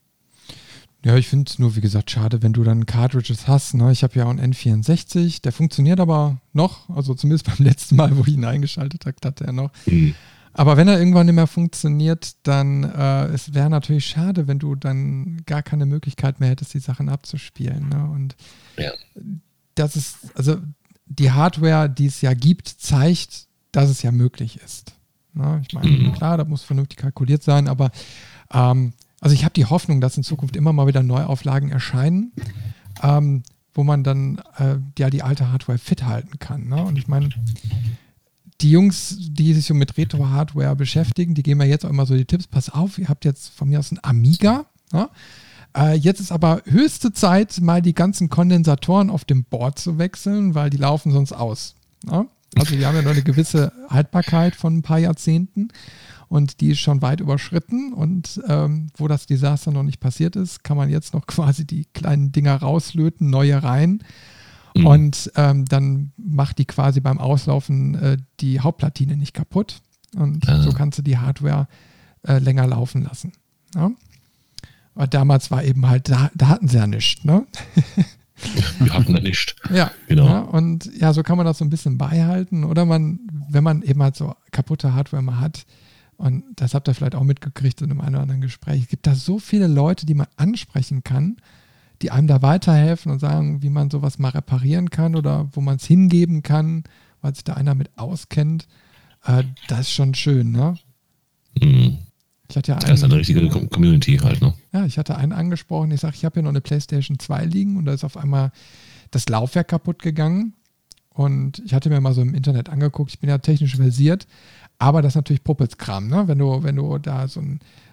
[SPEAKER 1] Ja, ich finde es nur, wie gesagt, schade, wenn du dann Cartridges hast. Ne? Ich habe ja auch einen N vierundsechzig, der funktioniert aber noch, also zumindest beim letzten Mal, wo ich ihn eingeschaltet habe, hatte er noch. Mhm. Aber wenn er irgendwann nicht mehr funktioniert, dann äh, es wäre natürlich schade, wenn du dann gar keine Möglichkeit mehr hättest, die Sachen abzuspielen. Ne? Und
[SPEAKER 2] ja.
[SPEAKER 1] das ist, also die Hardware, die es ja gibt, zeigt, dass es ja möglich ist. Ne? Ich meine, mhm. klar, da muss vernünftig kalkuliert sein, aber ähm, also ich habe die Hoffnung, dass in Zukunft immer mal wieder Neuauflagen erscheinen, ähm, wo man dann äh, ja die alte Hardware fit halten kann. Ne? Und ich meine, die Jungs, die sich so mit Retro-Hardware beschäftigen, die geben mir jetzt auch immer so die Tipps, pass auf, ihr habt jetzt von mir aus ein Amiga, ne? äh, jetzt ist aber höchste Zeit, mal die ganzen Kondensatoren auf dem Board zu wechseln, weil die laufen sonst aus. Ne? Also wir haben ja noch eine gewisse Haltbarkeit von ein paar Jahrzehnten und die ist schon weit überschritten und ähm, wo das Desaster noch nicht passiert ist, kann man jetzt noch quasi die kleinen Dinger rauslöten, neue rein. Mhm. Und ähm, dann macht die quasi beim Auslaufen äh, die Hauptplatine nicht kaputt. Und ja. so kannst du die Hardware äh, länger laufen lassen. Ja? Aber damals war eben halt, da, da hatten sie ja nichts. Ne?
[SPEAKER 2] Wir hatten da nichts.
[SPEAKER 1] Ja, genau. Ja, und ja, so kann man das so ein bisschen beibehalten. Oder man, wenn man eben halt so kaputte Hardware mal hat, und das habt ihr vielleicht auch mitgekriegt in einem einen oder anderen Gespräch, es gibt da so viele Leute, die man ansprechen kann, die einem da weiterhelfen und sagen, wie man sowas mal reparieren kann oder wo man es hingeben kann, weil sich da einer mit auskennt. Äh, das ist schon schön, ne?
[SPEAKER 2] Mhm.
[SPEAKER 1] Ich hatte ja einen,
[SPEAKER 2] das ist eine richtige Community halt, ne?
[SPEAKER 1] Ja, ich hatte einen angesprochen, ich sage, ich habe hier noch eine PlayStation zwei liegen und da ist auf einmal das Laufwerk kaputt gegangen und ich hatte mir mal so im Internet angeguckt, ich bin ja technisch versiert, aber das ist natürlich Puppetskram, ne? Wenn du, wenn du da so ein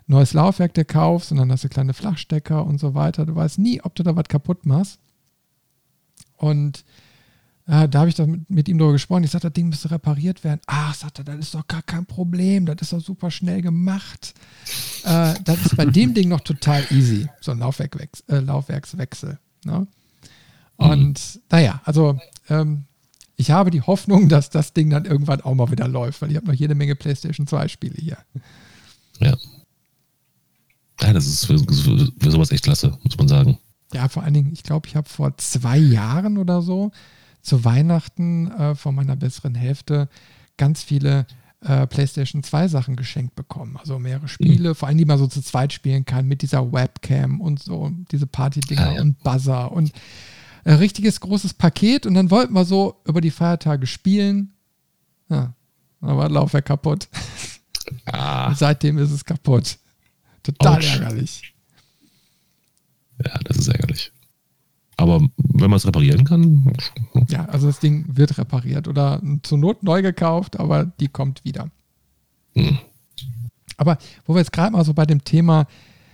[SPEAKER 1] neues Laufwerk dir kaufst und dann hast du kleine Flachstecker und so weiter. Du weißt nie, ob du da was kaputt machst. Und äh, da habe ich doch mit, mit ihm darüber gesprochen. Ich sagte, das Ding müsste repariert werden. Ach, sagt er, das ist doch gar kein Problem. Das ist doch super schnell gemacht. Äh, das ist bei dem Ding noch total easy. So ein Laufwerkwechsel, äh, Laufwerkswechsel. Ne? Und mhm. naja, also ähm, ich habe die Hoffnung, dass das Ding dann irgendwann auch mal wieder läuft, weil ich habe noch jede Menge PlayStation zwei Spiele hier.
[SPEAKER 2] Ja. Ja, das ist für, für sowas echt klasse, muss man sagen.
[SPEAKER 1] Ja, vor allen Dingen, ich glaube, ich habe vor zwei Jahren oder so zu Weihnachten äh, von meiner besseren Hälfte ganz viele äh, PlayStation zwei Sachen geschenkt bekommen. Also mehrere Spiele, mhm. vor allem die man so zu zweit spielen kann mit dieser Webcam und so, diese Party-Dinger ah, ja. und Buzzer und ein richtiges großes Paket. Und dann wollten wir so über die Feiertage spielen. Ja, dann war das Laufwerk kaputt. Ah. Und seitdem ist es kaputt. Total Ouch. Ärgerlich.
[SPEAKER 2] Ja, das ist ärgerlich. Aber wenn man es reparieren kann.
[SPEAKER 1] Ja, also das Ding wird repariert oder zur Not neu gekauft, aber die kommt wieder. Hm. Aber wo wir jetzt gerade mal so bei dem Thema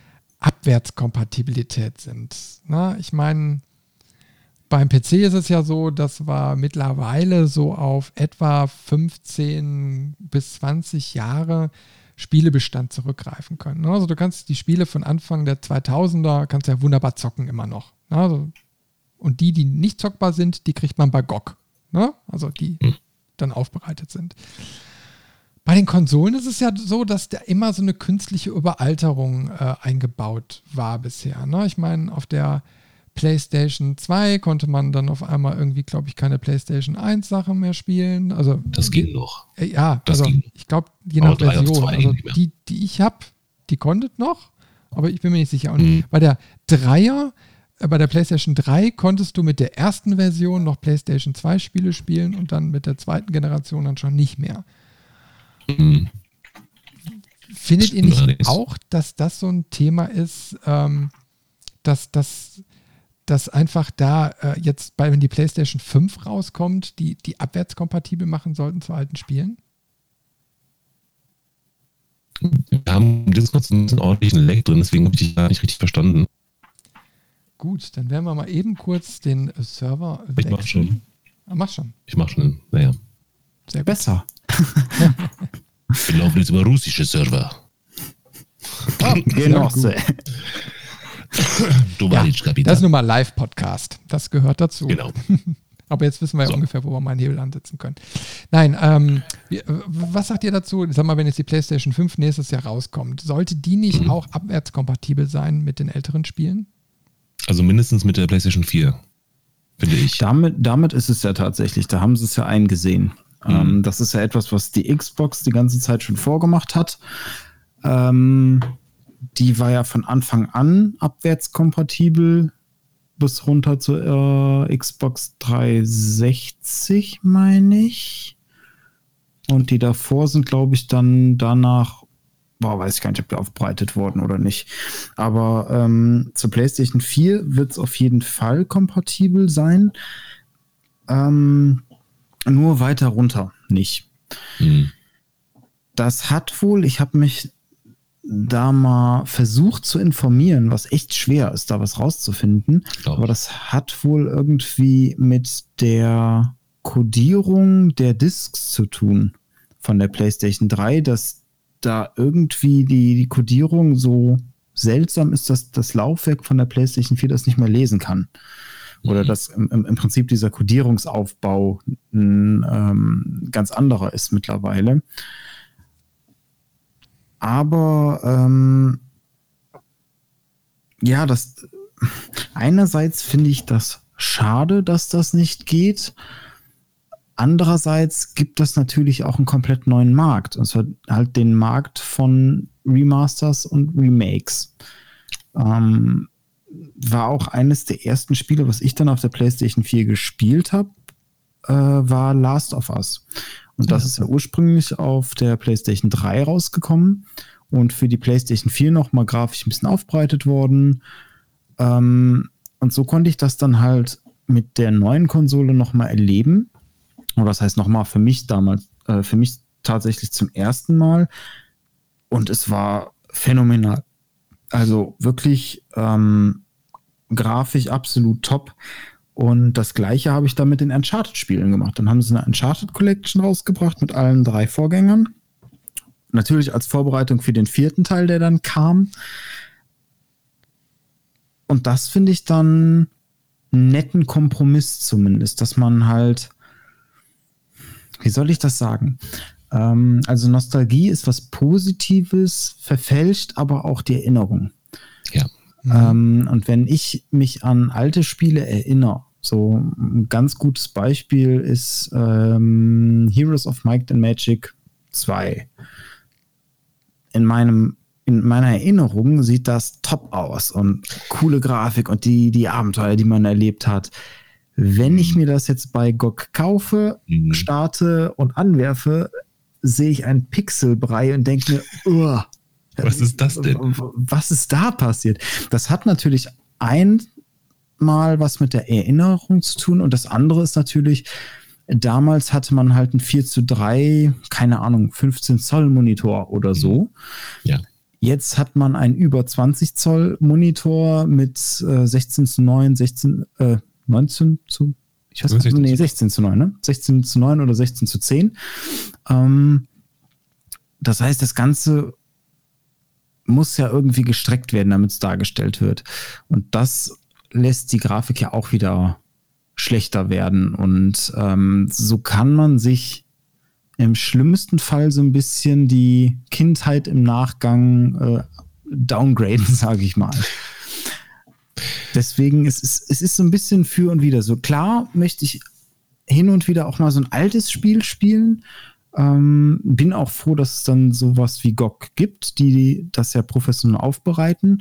[SPEAKER 1] Abwärtskompatibilität sind. Na, ich meine, beim P C ist es ja so, dass wir mittlerweile so auf etwa fünfzehn bis zwanzig Jahre Spielebestand zurückgreifen können. Also du kannst die Spiele von Anfang der zweitausender, kannst ja wunderbar zocken immer noch. Also, und die, die nicht zockbar sind, die kriegt man bei G O G. Ne? Also die dann aufbereitet sind. Bei den Konsolen ist es ja so, dass da immer so eine künstliche Überalterung äh, eingebaut war bisher. Ne? Ich meine, auf der PlayStation zwei konnte man dann auf einmal irgendwie, glaube ich, keine PlayStation eins Sachen mehr spielen. Also,
[SPEAKER 2] das ging noch.
[SPEAKER 1] Äh, ja,
[SPEAKER 2] das
[SPEAKER 1] also
[SPEAKER 2] ging.
[SPEAKER 1] Ich glaube, je nach Version. Also die, die ich habe, die konntet noch, aber ich bin mir nicht sicher. Und mhm. bei der Dreier, äh, bei der PlayStation drei konntest du mit der ersten Version noch PlayStation zwei Spiele spielen und dann mit der zweiten Generation dann schon nicht mehr. Mhm. Findet ihr nicht Allerdings. auch, dass das so ein Thema ist, ähm, dass das dass einfach da äh, jetzt, bei, wenn die PlayStation fünf rauskommt, die, die abwärtskompatibel machen sollten zu alten Spielen?
[SPEAKER 2] Wir haben im Discord einen ordentlichen Lag drin, deswegen habe ich dich gar nicht richtig verstanden.
[SPEAKER 1] Gut, dann werden wir mal eben kurz den Server
[SPEAKER 2] ich wechseln. Ich mach schon.
[SPEAKER 1] Ah, mach schon.
[SPEAKER 2] Ich mach schon, naja.
[SPEAKER 3] Sehr besser.
[SPEAKER 2] Wir laufen jetzt über russische Server.
[SPEAKER 1] Oh, Genosse.
[SPEAKER 2] Du
[SPEAKER 1] ja,
[SPEAKER 2] warst Kapitän.
[SPEAKER 1] Das ist nun mal Live-Podcast. Das gehört dazu.
[SPEAKER 2] Genau.
[SPEAKER 1] Aber jetzt wissen wir ja
[SPEAKER 2] so.
[SPEAKER 1] ungefähr, wo wir meinen Hebel ansetzen können. Nein, ähm, wie, was sagt ihr dazu? Sag mal, wenn jetzt die PlayStation fünf nächstes Jahr rauskommt, sollte die nicht mhm. auch abwärtskompatibel sein mit den älteren Spielen?
[SPEAKER 2] Also mindestens mit der PlayStation vier, finde ich.
[SPEAKER 3] Damit, damit ist es ja tatsächlich, da haben sie es ja eingesehen. Mhm. Ähm, das ist ja etwas, was die Xbox die ganze Zeit schon vorgemacht hat. Ähm, die war ja von Anfang an abwärtskompatibel bis runter zur äh, Xbox dreihundertsechzig, meine ich. Und die davor sind, glaube ich, dann danach, boah, weiß ich gar nicht, ob die aufbereitet wurden oder nicht. Aber ähm, zur PlayStation vier wird es auf jeden Fall kompatibel sein. Ähm, nur weiter runter nicht. Mhm. Das hat wohl, ich habe mich da mal versucht zu informieren, was echt schwer ist, da was rauszufinden. Aber das hat wohl irgendwie mit der Codierung der Disks zu tun von der PlayStation drei, dass da irgendwie die, die Codierung so seltsam ist, dass das Laufwerk von der PlayStation vier das nicht mehr lesen kann. Oder mhm. dass im, im Prinzip dieser Codierungsaufbau ein ähm, ganz anderer ist mittlerweile. Aber ähm, ja, das einerseits finde ich das schade, dass das nicht geht. Andererseits gibt das natürlich auch einen komplett neuen Markt. Und zwar halt den Markt von Remasters und Remakes. Ähm, war auch eines der ersten Spiele, was ich dann auf der PlayStation vier gespielt habe, äh, war Last of Us. Und das ist ja ursprünglich auf der PlayStation drei rausgekommen und für die PlayStation vier nochmal grafisch ein bisschen aufbereitet worden. Ähm, und so konnte ich das dann halt mit der neuen Konsole nochmal erleben. Oder das heißt nochmal für mich damals, äh, für mich tatsächlich zum ersten Mal. Und es war phänomenal. Also wirklich ähm, grafisch absolut top. Und das Gleiche habe ich dann mit den Uncharted-Spielen gemacht. Dann haben sie eine Uncharted Collection rausgebracht mit allen drei Vorgängern. Natürlich als Vorbereitung für den vierten Teil, der dann kam. Und das finde ich dann einen netten Kompromiss zumindest, dass man halt, wie soll ich das sagen? Ähm, also Nostalgie ist was Positives, verfälscht aber auch die Erinnerung.
[SPEAKER 2] Ja.
[SPEAKER 3] Mhm. Ähm, und wenn ich mich an alte Spiele erinnere, so ein ganz gutes Beispiel ist ähm, Heroes of Might and Magic zwei. In meinem In meiner Erinnerung sieht das top aus und coole Grafik und die, die Abenteuer, die man erlebt hat. Wenn ich mir das jetzt bei G O G kaufe, mhm. starte und anwerfe, sehe ich einen Pixelbrei und denke mir, oh,
[SPEAKER 2] was ist das denn?
[SPEAKER 3] Was ist da passiert? Das hat natürlich einmal was mit der Erinnerung zu tun und das andere ist natürlich, damals hatte man halt einen vier zu drei, keine Ahnung, fünfzehn Zoll Monitor oder so.
[SPEAKER 2] Ja.
[SPEAKER 3] Jetzt hat man einen über zwanzig Zoll Monitor mit äh, sechzehn zu neun, sechzehn, äh, neunzehn zu, ich weiß nicht, nee, sechzehn zu neun, ne? sechzehn zu neun oder sechzehn zu zehn. Ähm, das heißt, das Ganze muss ja irgendwie gestreckt werden, damit es dargestellt wird. Und das lässt die Grafik ja auch wieder schlechter werden. Und ähm, so kann man sich im schlimmsten Fall so ein bisschen die Kindheit im Nachgang äh, downgraden, sage ich mal. Deswegen ist es, es ist so ein bisschen für und wieder so. Klar möchte ich hin und wieder auch mal so ein altes Spiel spielen. Ähm, bin auch froh, dass es dann sowas wie G O G gibt, die das ja professionell aufbereiten.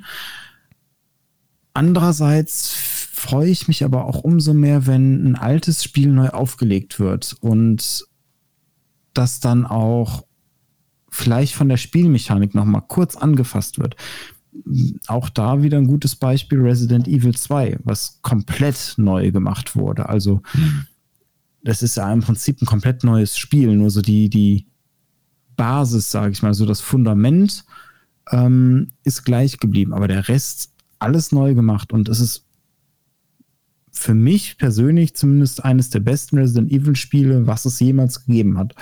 [SPEAKER 3] Andererseits freue ich mich aber auch umso mehr, wenn ein altes Spiel neu aufgelegt wird und das dann auch vielleicht von der Spielmechanik noch mal kurz angefasst wird. Auch da wieder ein gutes Beispiel Resident Evil zwei, was komplett neu gemacht wurde. Also das ist ja im Prinzip ein komplett neues Spiel, nur so die, die Basis, sage ich mal, so das Fundament ähm, ist gleich geblieben, aber der Rest alles neu gemacht und es ist für mich persönlich zumindest eines der besten Resident Evil Spiele, was es jemals gegeben hat.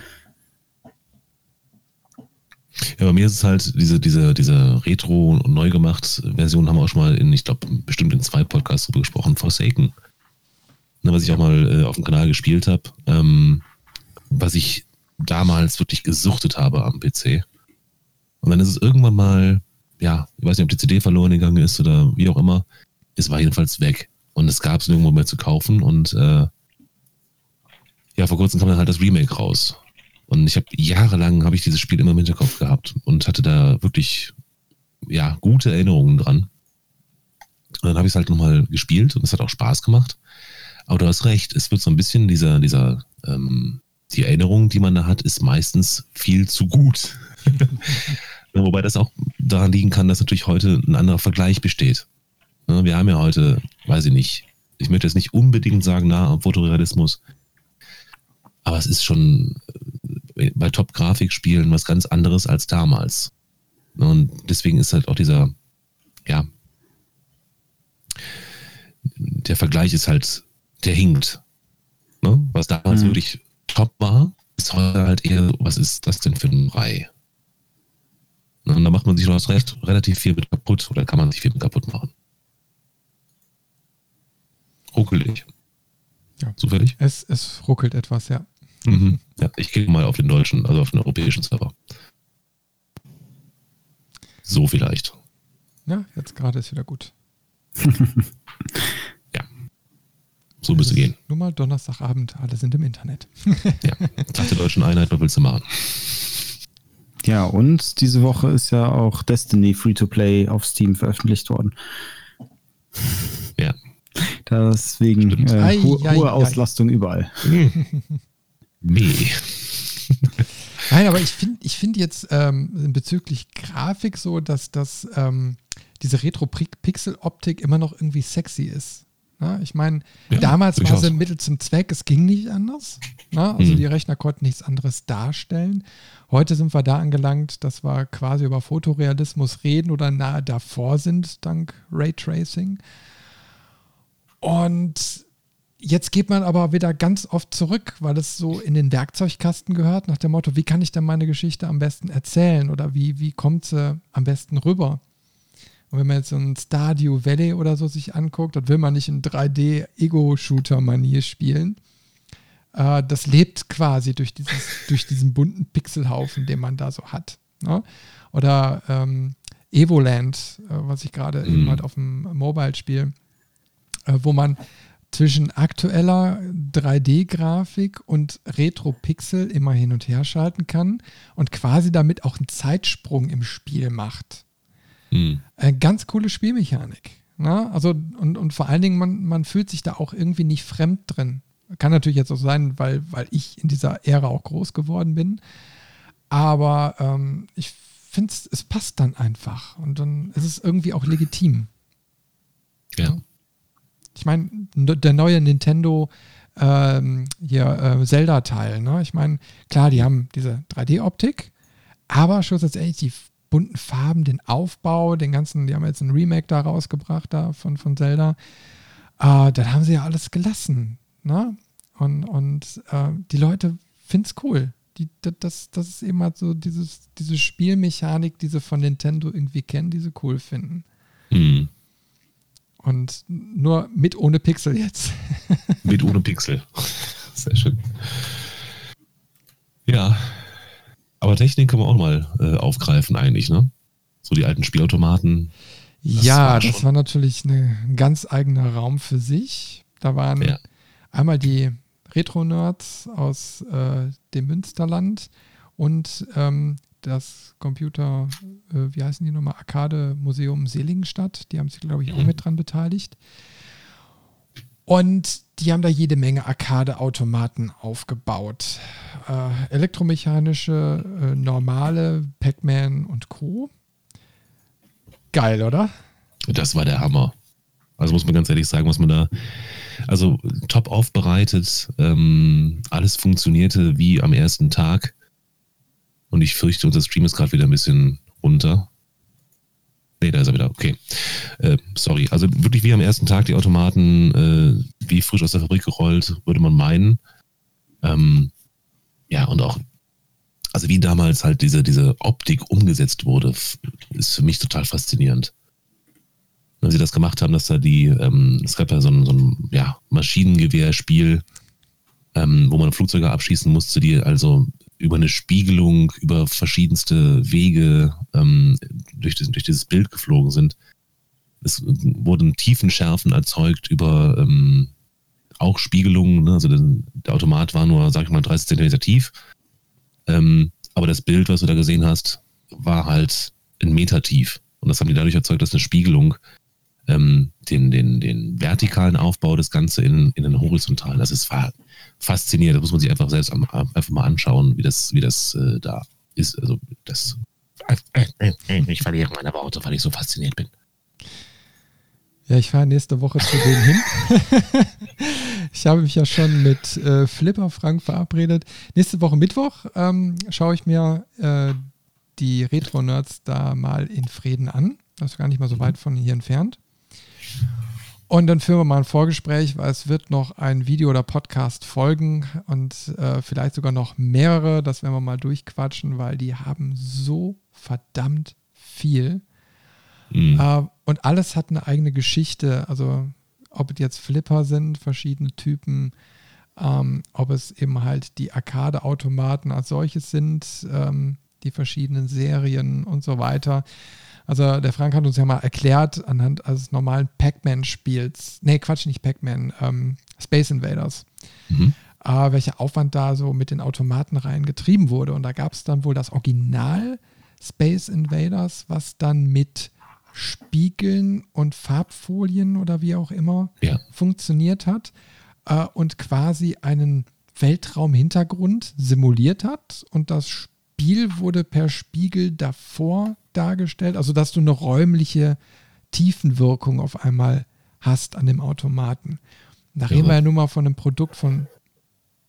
[SPEAKER 2] Ja, bei mir ist es halt diese, diese, diese Retro- und neu gemacht Version haben wir auch schon mal in, ich glaube, bestimmt in zwei Podcasts drüber gesprochen, Forsaken. Ne, was ich auch mal äh, auf dem Kanal gespielt habe, ähm, was ich damals wirklich gesuchtet habe am P C. Und dann ist es irgendwann mal, ja, ich weiß nicht, ob die C D verloren gegangen ist oder wie auch immer, es war jedenfalls weg. Und es gab es nirgendwo mehr zu kaufen und äh, ja, vor kurzem kam dann halt das Remake raus. Und ich habe jahrelang habe ich dieses Spiel immer im Hinterkopf gehabt und hatte da wirklich ja gute Erinnerungen dran. Und dann habe ich es halt nochmal gespielt und es hat auch Spaß gemacht. Aber du hast recht, es wird so ein bisschen dieser, dieser, ähm, die Erinnerung, die man da hat, ist meistens viel zu gut. Wobei das auch daran liegen kann, dass natürlich heute ein anderer Vergleich besteht. Wir haben ja heute, weiß ich nicht, ich möchte jetzt nicht unbedingt sagen, nah am Fotorealismus, aber es ist schon bei Top-Grafikspielen was ganz anderes als damals. Und deswegen ist halt auch dieser, ja, der Vergleich ist halt, der hinkt. Ne? Was damals mhm. wirklich top war, ist heute halt eher, was ist das denn für ein Brei? Und da macht man sich du hast recht, relativ viel mit kaputt oder kann man sich viel mit kaputt machen. Ruckelig.
[SPEAKER 1] Ja.
[SPEAKER 2] Zufällig?
[SPEAKER 1] Es, es ruckelt etwas, ja.
[SPEAKER 2] Mhm. Ja, ich gehe mal auf den deutschen, also auf den europäischen Server. So vielleicht.
[SPEAKER 1] Ja, jetzt gerade ist wieder gut.
[SPEAKER 2] Ja. So müsste gehen.
[SPEAKER 1] Nur mal Donnerstagabend, alle sind im Internet.
[SPEAKER 2] Ja, nach der deutschen Einheit, was willst du machen?
[SPEAKER 3] Ja, und diese Woche ist ja auch Destiny Free-to-Play auf Steam veröffentlicht worden.
[SPEAKER 2] Ja.
[SPEAKER 3] Deswegen äh,
[SPEAKER 1] ei,
[SPEAKER 3] hohe,
[SPEAKER 1] ei,
[SPEAKER 3] hohe
[SPEAKER 1] ei.
[SPEAKER 3] Auslastung überall.
[SPEAKER 2] Nee.
[SPEAKER 1] Nein, aber ich finde ich find jetzt ähm, bezüglich Grafik so, dass das, ähm, diese Retro-Pixel-Optik immer noch irgendwie sexy ist. Ja, ich meine,
[SPEAKER 2] ja,
[SPEAKER 1] damals war
[SPEAKER 2] durchaus.
[SPEAKER 1] sie Mittel zum Zweck, es ging nicht anders. Na, also
[SPEAKER 2] Mhm.
[SPEAKER 1] die Rechner konnten nichts anderes darstellen. Heute sind wir da angelangt, dass wir quasi über Fotorealismus reden oder nahe davor sind, dank Raytracing. Und jetzt geht man aber wieder ganz oft zurück, weil es so in den Werkzeugkasten gehört, nach dem Motto, wie kann ich denn meine Geschichte am besten erzählen oder wie, wie kommt sie am besten rüber? Und wenn man jetzt so ein Stardew Valley oder so sich anguckt, dann will man nicht in drei D-Ego-Shooter-Manier spielen. Äh, das lebt quasi durch, dieses, durch diesen bunten Pixelhaufen, den man da so hat. Ne? Oder ähm, Evoland, äh, was ich gerade
[SPEAKER 2] Mhm.
[SPEAKER 1] eben halt auf dem Mobile spiele, äh, wo man zwischen aktueller drei D-Grafik und Retro-Pixel immer hin und her schalten kann und quasi damit auch einen Zeitsprung im Spiel macht.
[SPEAKER 2] Mhm.
[SPEAKER 1] Äh, ganz coole Spielmechanik. Ne? Also, und, und vor allen Dingen, man, man fühlt sich da auch irgendwie nicht fremd drin. Kann natürlich jetzt auch sein, weil, weil ich in dieser Ära auch groß geworden bin. Aber ähm, ich finde, es passt dann einfach. Und dann ist es irgendwie auch legitim.
[SPEAKER 2] Ja.
[SPEAKER 1] Ich meine, der neue Nintendo ähm, hier äh, Zelda-Teil, ne? Ich meine, klar, die haben diese drei D-Optik, aber schlussendlich die bunten Farben, den Aufbau, den ganzen, die haben jetzt ein Remake da rausgebracht da von, von Zelda. Äh, dann haben sie ja alles gelassen. Ne? Und, und äh, die Leute finden es cool. Die, das, das ist eben halt so dieses, diese Spielmechanik, die sie von Nintendo irgendwie kennen, die sie cool finden.
[SPEAKER 2] Mhm.
[SPEAKER 1] Und nur mit ohne Pixel jetzt.
[SPEAKER 2] Mit ohne Pixel. Sehr schön. Ja. Aber Technik können wir auch mal äh, aufgreifen eigentlich, ne? So die alten Spielautomaten. Das
[SPEAKER 1] ja,
[SPEAKER 2] war
[SPEAKER 1] das
[SPEAKER 2] schon-
[SPEAKER 1] war natürlich eine, ein ganz eigener Raum für sich. Da waren
[SPEAKER 2] Ja.
[SPEAKER 1] einmal die Retro-Nerds aus äh, dem Münsterland und ähm, das Computer, äh, wie heißen die nochmal, Arcade-Museum Seligenstadt. Die haben sich, glaube ich, auch
[SPEAKER 2] Mhm.
[SPEAKER 1] mit dran beteiligt. Und die haben da jede Menge Arcade-Automaten aufgebaut. Äh, elektromechanische, äh, normale, Pac-Man und Co. Geil, oder?
[SPEAKER 2] Das war der Hammer. Also muss man ganz ehrlich sagen, was man da, also top aufbereitet, ähm, alles funktionierte wie am ersten Tag. Und ich fürchte, unser Stream ist gerade wieder ein bisschen runter. Nee, da ist er wieder, okay. Äh, sorry, also wirklich wie am ersten Tag die Automaten, äh, wie frisch aus der Fabrik gerollt, würde man meinen. Ähm, ja, und auch, also wie damals halt diese, diese Optik umgesetzt wurde, f- ist für mich total faszinierend. Wenn sie das gemacht haben, dass da die, ähm, es gab ja so ein, so ein ja, Maschinengewehrspiel, ähm, wo man Flugzeuge abschießen musste, die also über eine Spiegelung, über verschiedenste Wege ähm, durch, das, durch dieses Bild geflogen sind. Es wurden Tiefenschärfen erzeugt über ähm, auch Spiegelungen. Ne? Also der, der Automat war nur, sag ich mal, dreißig Zentimeter tief. Ähm, aber das Bild, was du da gesehen hast, war halt ein Meter tief. Und das haben die dadurch erzeugt, dass eine Spiegelung ähm, den, den, den vertikalen Aufbau des Ganzen in, in den horizontalen, das ist war faszinierend. Das muss man sich einfach selbst am, einfach mal anschauen, wie das, wie das äh, da ist. Also das ich verliere meine Worte, weil ich so fasziniert bin.
[SPEAKER 1] Ja, ich fahre nächste Woche zu denen hin. Ich habe mich ja schon mit äh, Flipper Frank verabredet. Nächste Woche Mittwoch ähm, schaue ich mir äh, die Retro-Nerds da mal in Frieden an. Das ist gar nicht mal so weit von hier entfernt. Und dann führen wir mal ein Vorgespräch, weil es wird noch ein Video oder Podcast folgen und äh, vielleicht sogar noch mehrere. Das werden wir mal durchquatschen, weil die haben so verdammt viel.
[SPEAKER 2] Mhm.
[SPEAKER 1] Äh, und alles hat eine eigene Geschichte. Also ob es jetzt Flipper sind, verschiedene Typen, ähm, ob es eben halt die Arcade-Automaten als solches sind, ähm, die verschiedenen Serien und so weiter. Also der Frank hat uns ja mal erklärt, anhand eines normalen Pac-Man-Spiels, nee, Quatsch, nicht Pac-Man, ähm, Space Invaders,
[SPEAKER 2] Mhm.
[SPEAKER 1] äh, welcher Aufwand da so mit den Automaten rein getrieben wurde. Und da gab es dann wohl das Original Space Invaders, was dann mit Spiegeln und Farbfolien oder wie auch immer
[SPEAKER 2] Ja.
[SPEAKER 1] funktioniert hat äh, und quasi einen Weltraumhintergrund simuliert hat und das Spiel wurde per Spiegel davor dargestellt, also dass du eine räumliche Tiefenwirkung auf einmal hast an dem Automaten. Da reden
[SPEAKER 2] Ja.
[SPEAKER 1] wir ja nun mal von einem Produkt von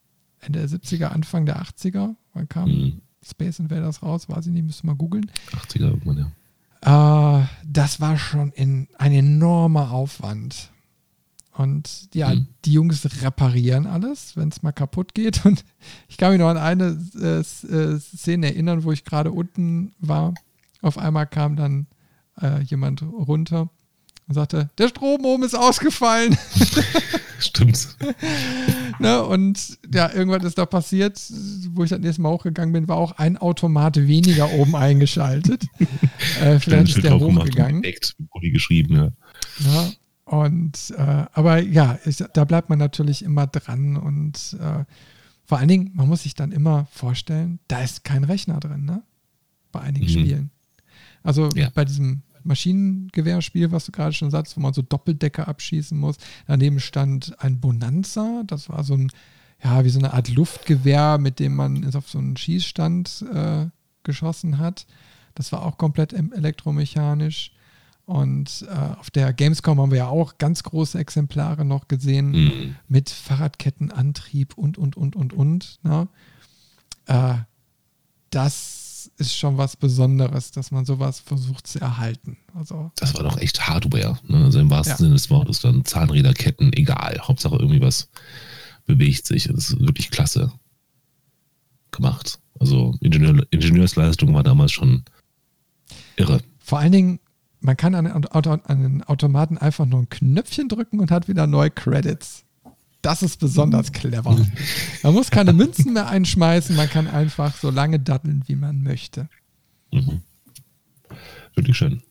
[SPEAKER 1] Ende der siebziger, Anfang der achtziger. Wann kam mhm. Space Invaders raus? Weiß ich nicht, müsste mal googeln.
[SPEAKER 2] achtziger irgendwann, ja.
[SPEAKER 1] Uh, das war schon in, ein enormer Aufwand. Und ja, mhm. die Jungs reparieren alles, wenn es mal kaputt geht. Und ich kann mich noch an eine äh, Szene erinnern, wo ich gerade unten war. Auf einmal kam dann äh, jemand runter und sagte, der Strom oben ist ausgefallen.
[SPEAKER 2] Stimmt.
[SPEAKER 1] Ne, und ja, irgendwas ist da passiert, wo ich das nächste Mal hochgegangen bin, war auch ein Automat weniger oben eingeschaltet. äh, vielleicht ist der hochgegangen.
[SPEAKER 2] Direkt Pulli geschrieben, ja.
[SPEAKER 1] ja und äh, aber ja, ich, da bleibt man natürlich immer dran und äh, vor allen Dingen, man muss sich dann immer vorstellen, da ist kein Rechner drin, ne? Bei einigen mhm. Spielen. Also ja. bei diesem Maschinengewehrspiel, was du gerade schon sagst, wo man so Doppeldecker abschießen muss. Daneben stand ein Bonanza, das war so ein, ja, wie so eine Art Luftgewehr, mit dem man auf so einen Schießstand äh, geschossen hat. Das war auch komplett elektromechanisch. Und äh, auf der Gamescom haben wir ja auch ganz große Exemplare noch gesehen, mhm. mit Fahrradkettenantrieb und, und, und, und, und. Ne? Äh, das ist schon was Besonderes, dass man sowas versucht zu erhalten. Also,
[SPEAKER 2] das war doch echt Hardware. Ne? Also im wahrsten ja. Sinne des Wortes, dann Zahnräderketten, egal. Hauptsache irgendwie was bewegt sich. Das ist wirklich klasse gemacht. Also Ingenieur, Ingenieursleistung war damals schon irre.
[SPEAKER 1] Vor allen Dingen, man kann an den Automaten einfach nur ein Knöpfchen drücken und hat wieder neue Credits. Das ist besonders clever. Man muss keine Münzen mehr einschmeißen, man kann einfach so lange daddeln, wie man möchte.
[SPEAKER 2] Mhm. Wirklich schön.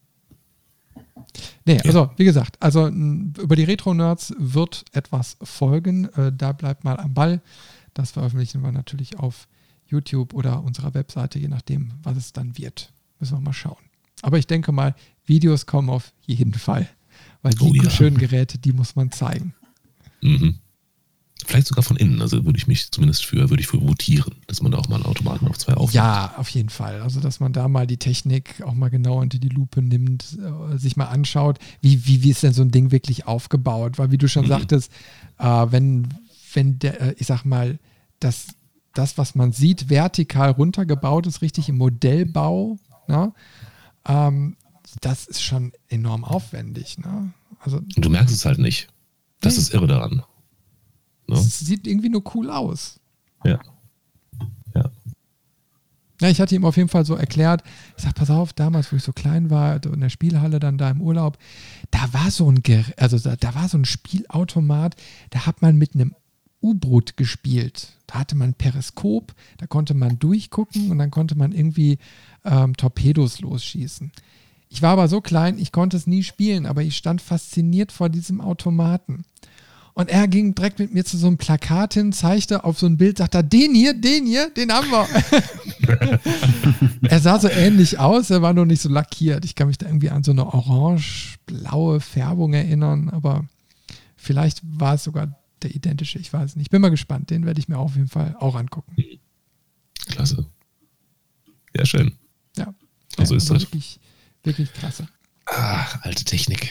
[SPEAKER 1] Nee, also wie gesagt, also über die Retro-Nerds wird etwas folgen. Äh, da bleibt mal am Ball. Das veröffentlichen wir natürlich auf YouTube oder unserer Webseite, je nachdem, was es dann wird. Müssen wir mal schauen. Aber ich denke mal, Videos kommen auf jeden Fall. Weil die oh, ja. schönen Geräte, die muss man zeigen.
[SPEAKER 2] Mhm. Vielleicht sogar von innen, also würde ich mich zumindest für, würde ich für votieren, dass man da auch mal einen Automaten auf zwei aufnimmt.
[SPEAKER 1] Ja, auf jeden Fall. Also, dass man da mal die Technik auch mal genau unter die Lupe nimmt, äh, sich mal anschaut, wie, wie, wie ist denn so ein Ding wirklich aufgebaut? Weil, wie du schon mhm. sagtest, äh, wenn, wenn der, äh, ich sag mal, das, das, was man sieht, vertikal runtergebaut ist, richtig im Modellbau, ne? ähm, das ist schon enorm aufwendig. Ne? Also,
[SPEAKER 2] und du merkst es halt nicht. Das nee. ist irre daran.
[SPEAKER 1] Es no? sieht irgendwie nur cool aus.
[SPEAKER 2] Ja. Ja.
[SPEAKER 1] Ja, ich hatte ihm auf jeden Fall so erklärt, ich sag, pass auf, damals, wo ich so klein war, in der Spielhalle dann da im Urlaub, da war so ein, Ger- also da, da war so ein Spielautomat, da hat man mit einem U-Boot gespielt. Da hatte man ein Periskop, da konnte man durchgucken und dann konnte man irgendwie ähm, Torpedos losschießen. Ich war aber so klein, ich konnte es nie spielen, aber ich stand fasziniert vor diesem Automaten. Und er ging direkt mit mir zu so einem Plakat hin, zeigte auf so ein Bild, sagte, den hier, den hier, den haben wir. Er sah so ähnlich aus, er war nur nicht so lackiert. Ich kann mich da irgendwie an so eine orange-blaue Färbung erinnern, aber vielleicht war es sogar der identische, ich weiß nicht. Bin mal gespannt, den werde ich mir auf jeden Fall auch angucken.
[SPEAKER 2] Klasse. Ja, schön.
[SPEAKER 1] Ja.
[SPEAKER 2] Also
[SPEAKER 1] ja,
[SPEAKER 2] ist
[SPEAKER 1] also
[SPEAKER 2] das.
[SPEAKER 1] Wirklich, wirklich klasse.
[SPEAKER 2] Ach, alte Technik.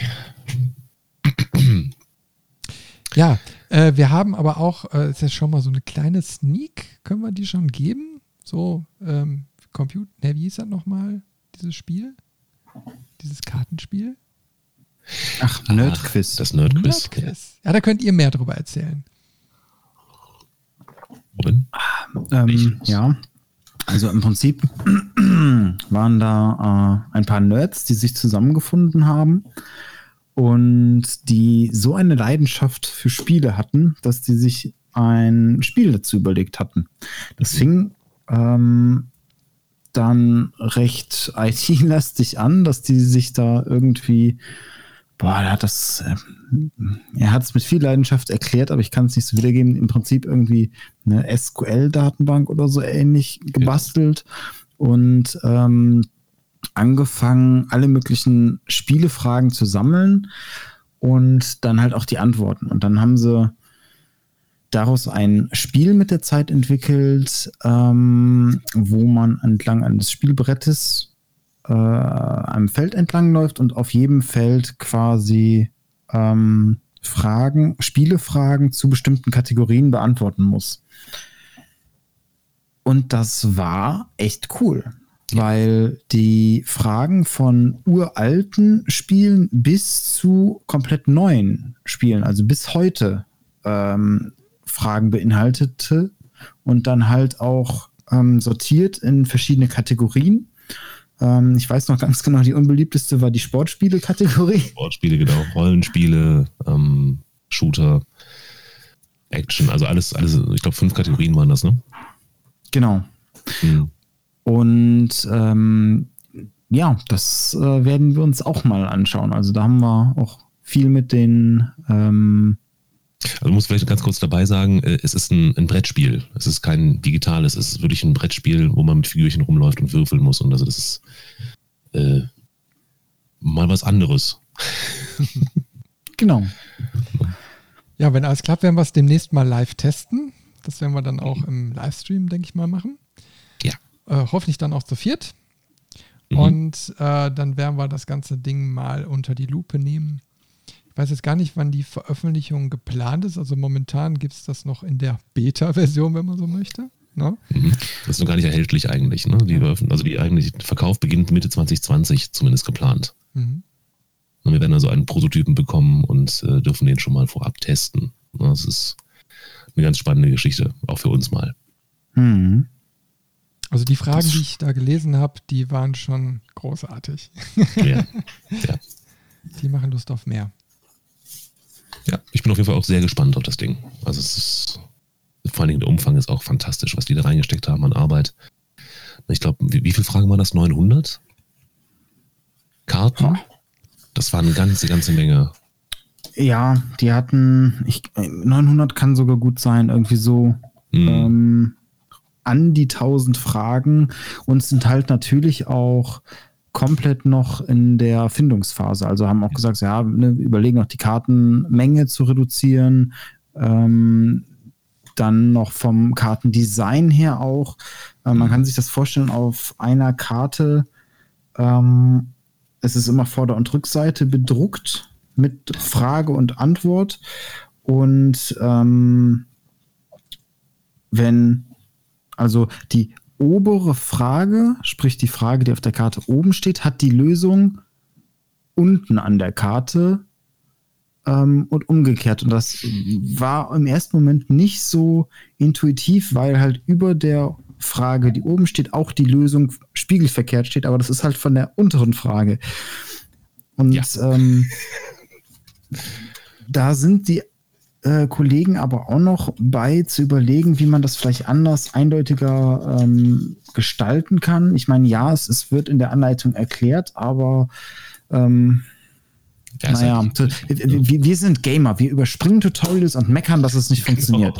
[SPEAKER 1] Ja, äh, wir haben aber auch, äh, ist ja schon mal so eine kleine Sneak, können wir die schon geben? So, ähm, Computer, ne, wie hieß das nochmal, dieses Spiel? Dieses Kartenspiel?
[SPEAKER 3] Ach, Nerdquiz.
[SPEAKER 2] Das Nerdquiz.
[SPEAKER 1] Nerdquiz. Ja, da könnt ihr mehr drüber erzählen.
[SPEAKER 2] Robin?
[SPEAKER 3] Ähm, ja, also im Prinzip waren da äh, ein paar Nerds, die sich zusammengefunden haben und die so eine Leidenschaft für Spiele hatten, dass die sich ein Spiel dazu überlegt hatten. Das fing ähm, dann recht I T-lastig an, dass die sich da irgendwie Boah, er hat das, äh, er hat es mit viel Leidenschaft erklärt, aber ich kann es nicht so wiedergeben. Im Prinzip irgendwie eine S Q L-Datenbank oder so ähnlich gebastelt ja. und ähm, angefangen, alle möglichen Spielefragen zu sammeln und dann halt auch die Antworten. Und dann haben sie daraus ein Spiel mit der Zeit entwickelt, ähm, wo man entlang eines Spielbrettes am Feld entlang läuft und auf jedem Feld quasi ähm, Fragen, Spielefragen zu bestimmten Kategorien beantworten muss. Und das war echt cool, weil die Fragen von uralten Spielen bis zu komplett neuen Spielen, also bis heute, ähm, Fragen beinhaltete und dann halt auch ähm, sortiert in verschiedene Kategorien. Ähm, ich weiß noch ganz genau, die unbeliebteste war die Sportspiele-Kategorie.
[SPEAKER 2] Sportspiele, genau. Rollenspiele, ähm, Shooter, Action, also alles, alles, ich glaube, fünf Kategorien waren das, ne?
[SPEAKER 3] Genau.
[SPEAKER 2] Hm.
[SPEAKER 3] Und ähm, ja, das äh, werden wir uns auch mal anschauen. Also da haben wir auch viel mit den ähm,
[SPEAKER 2] Also muss vielleicht ganz kurz dabei sagen, es ist ein, ein Brettspiel. Es ist kein digitales, es ist wirklich ein Brettspiel, wo man mit Figürchen rumläuft und würfeln muss. Und also das ist äh, mal was anderes.
[SPEAKER 3] Genau.
[SPEAKER 1] Ja, wenn alles klappt, werden wir es demnächst mal live testen. Das werden wir dann auch im Livestream, denke ich mal, machen.
[SPEAKER 2] Ja.
[SPEAKER 1] Äh, hoffentlich dann auch zu viert.
[SPEAKER 2] Mhm.
[SPEAKER 1] Und äh, dann werden wir das ganze Ding mal unter die Lupe nehmen. Ich weiß jetzt gar nicht, wann die Veröffentlichung geplant ist. Also momentan gibt es das noch in der Beta-Version, wenn man so möchte. Ne?
[SPEAKER 2] Mhm. Das ist noch gar nicht erhältlich eigentlich. Ne? Die, also die eigentlich Verkauf beginnt Mitte zwanzig zwanzig zumindest geplant.
[SPEAKER 1] Mhm.
[SPEAKER 2] Und wir werden also einen Prototypen bekommen und äh, dürfen den schon mal vorab testen. Das ist eine ganz spannende Geschichte, auch für uns mal.
[SPEAKER 3] Mhm.
[SPEAKER 1] Also die Fragen,
[SPEAKER 2] Das-
[SPEAKER 1] die ich da gelesen habe, die waren schon großartig.
[SPEAKER 2] Ja. Ja.
[SPEAKER 1] Die machen Lust auf mehr.
[SPEAKER 2] Ja, ich bin auf jeden Fall auch sehr gespannt auf das Ding. Also es ist, vor allen Dingen der Umfang ist auch fantastisch, was die da reingesteckt haben an Arbeit. Ich glaube, wie, wie viele Fragen waren das? neunhundert? Karten? Das waren eine ganze, ganze Menge.
[SPEAKER 3] Ja, die hatten, ich, neunhundert kann sogar gut sein, irgendwie so
[SPEAKER 2] Hm.
[SPEAKER 3] ähm, an die tausend Fragen und sind halt natürlich auch komplett noch in der Findungsphase. Also haben auch gesagt, ja, ne, überlegen noch die Kartenmenge zu reduzieren, ähm, dann noch vom Kartendesign her auch. Äh, man kann sich das vorstellen, auf einer Karte ähm, es ist immer Vorder- und Rückseite bedruckt mit Frage und Antwort. Und ähm, wenn, also die obere Frage, sprich die Frage, die auf der Karte oben steht, hat die Lösung unten an der Karte ähm, und umgekehrt. Und das war im ersten Moment nicht so intuitiv, weil halt über der Frage, die oben steht, auch die Lösung spiegelverkehrt steht, aber das ist halt von der unteren Frage. Und
[SPEAKER 2] Ja.
[SPEAKER 3] ähm, da sind die äh, Kollegen aber auch noch bei zu überlegen, wie man das vielleicht anders, eindeutiger ähm, gestalten kann. Ich meine, ja, es, es wird in der Anleitung erklärt, aber ähm,
[SPEAKER 2] Ja, ist
[SPEAKER 3] naja,
[SPEAKER 2] halt-
[SPEAKER 3] zu- wir, wir sind Gamer, wir überspringen Tutorials und meckern, dass es nicht funktioniert.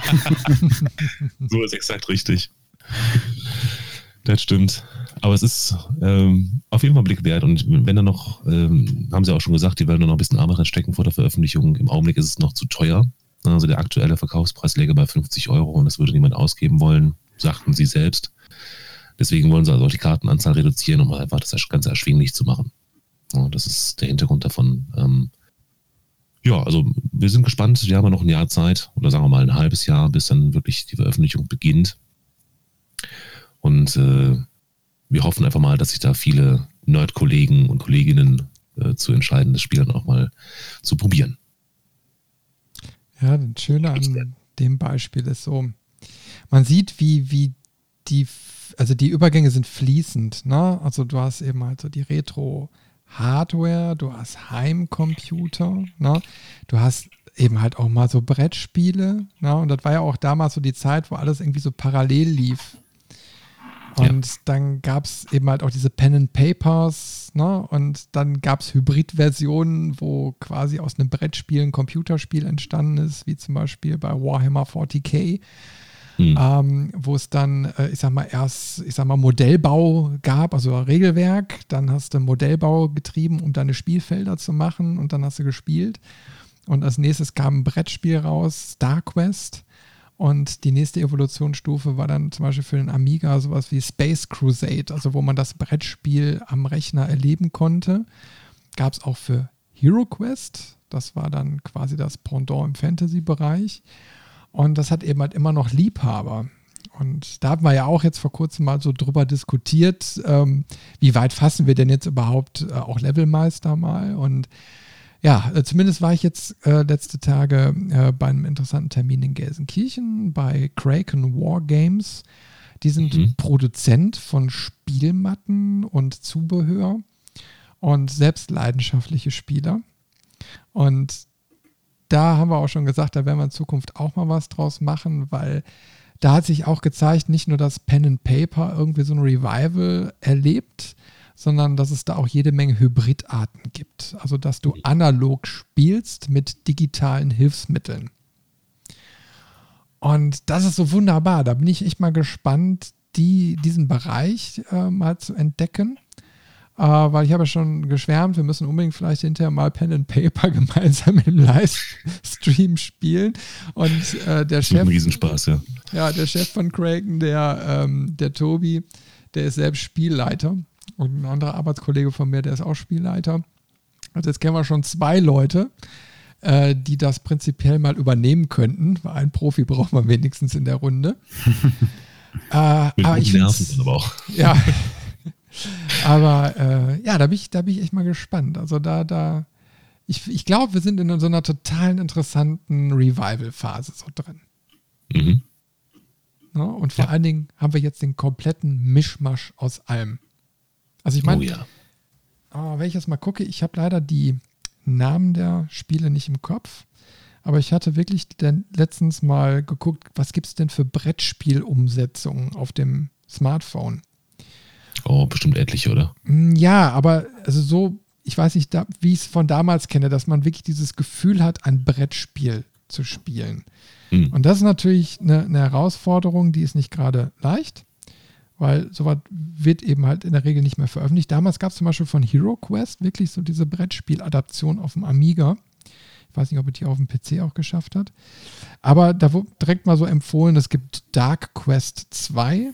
[SPEAKER 2] So ist exakt richtig. Das stimmt. Aber es ist ähm, auf jeden Fall ein Blick wert. Und wenn da noch, ähm, haben sie auch schon gesagt, die werden da noch ein bisschen Arbeit reinstecken vor der Veröffentlichung. Im Augenblick ist es noch zu teuer. Also der aktuelle Verkaufspreis läge bei fünfzig Euro und das würde niemand ausgeben wollen, sagten sie selbst. Deswegen wollen sie also auch die Kartenanzahl reduzieren, um einfach das Ganze erschwinglich zu machen. Ja, das ist der Hintergrund davon. Ähm, ja, also wir sind gespannt. Wir haben ja noch ein Jahr Zeit oder sagen wir mal ein halbes Jahr, bis dann wirklich die Veröffentlichung beginnt. Und äh, wir hoffen einfach mal, dass sich da viele Nerd-Kollegen und Kolleginnen äh, zu entscheiden, das Spiel dann auch mal zu probieren.
[SPEAKER 1] Ja, das Schöne an dem Beispiel ist so, man sieht, wie, wie die, also die Übergänge sind fließend, ne? Also du hast eben halt so die Retro-Hardware, du hast Heimcomputer, ne? Du hast eben halt auch mal so Brettspiele, ne? Und das war ja auch damals so die Zeit, wo alles irgendwie so parallel lief. Und ja. Dann gab es eben halt auch diese Pen and Papers, ne? Und dann gab es Hybrid-Versionen, wo quasi aus einem Brettspiel ein Computerspiel entstanden ist, wie zum Beispiel bei Warhammer vierzig K, hm. ähm, wo es dann, äh, ich sag mal, erst, ich sag mal, Modellbau gab, also Regelwerk, dann hast du Modellbau getrieben, um deine Spielfelder zu machen und dann hast du gespielt. Und als nächstes kam ein Brettspiel raus, Star Quest. Und die nächste Evolutionsstufe war dann zum Beispiel für den Amiga sowas wie Space Crusade, also wo man das Brettspiel am Rechner erleben konnte. Gab es auch für HeroQuest. Das war dann quasi das Pendant im Fantasy-Bereich. Und das hat eben halt immer noch Liebhaber. Und da haben wir ja auch jetzt vor kurzem mal so drüber diskutiert, ähm, wie weit fassen wir denn jetzt überhaupt äh, auch Levelmeister mal. Und ja, äh, zumindest war ich jetzt äh, letzte Tage äh, bei einem interessanten Termin in Gelsenkirchen bei Kraken Wargames. Die sind mhm. Produzent von Spielmatten und Zubehör und selbst leidenschaftliche Spieler. Und da haben wir auch schon gesagt, da werden wir in Zukunft auch mal was draus machen, weil da hat sich auch gezeigt, nicht nur, dass Pen and Paper irgendwie so ein Revival erlebt, sondern dass es da auch jede Menge Hybridarten gibt. Also, dass du analog spielst mit digitalen Hilfsmitteln. Und das ist so wunderbar. Da bin ich echt mal gespannt, die, diesen Bereich äh, mal zu entdecken. Äh, weil ich habe ja schon geschwärmt, wir müssen unbedingt vielleicht hinterher mal Pen and Paper gemeinsam im Livestream spielen. Und äh, der Chef.
[SPEAKER 2] Ein Riesenspaß, ja.
[SPEAKER 1] Ja, der Chef von Kraken, der, ähm, der Tobi, der ist selbst Spielleiter. Und ein anderer Arbeitskollege von mir, der ist auch Spielleiter. Also jetzt kennen wir schon zwei Leute, äh, die das prinzipiell mal übernehmen könnten. Weil einen Profi braucht man wenigstens in der Runde. äh, aber ich
[SPEAKER 2] nerven aber auch.
[SPEAKER 1] Ja. Aber äh, ja, da bin ich, da bin ich echt mal gespannt. Also da, da, ich, ich glaube, wir sind in so einer totalen interessanten Revival-Phase so drin.
[SPEAKER 2] Mhm.
[SPEAKER 1] Ja, und vor
[SPEAKER 2] ja.
[SPEAKER 1] allen Dingen haben wir jetzt den kompletten Mischmasch aus allem. Also ich meine,
[SPEAKER 2] oh, ja.
[SPEAKER 1] oh, wenn ich jetzt mal gucke, ich habe leider die Namen der Spiele nicht im Kopf, aber ich hatte wirklich denn letztens mal geguckt, was gibt es denn für Brettspielumsetzungen auf dem Smartphone?
[SPEAKER 2] Oh, bestimmt etliche, oder?
[SPEAKER 1] Ja, aber also so, ich weiß nicht, da, wie ich es von damals kenne, dass man wirklich dieses Gefühl hat, ein Brettspiel zu spielen. Hm. Und das ist natürlich eine, eine Herausforderung, die ist nicht gerade leicht, weil sowas wird eben halt in der Regel nicht mehr veröffentlicht. Damals gab es zum Beispiel von HeroQuest wirklich so diese Brettspiel-Adaption auf dem Amiga. Ich weiß nicht, ob es die auf dem P C auch geschafft hat. Aber da wurde direkt mal so empfohlen, es gibt Dark Quest zwei.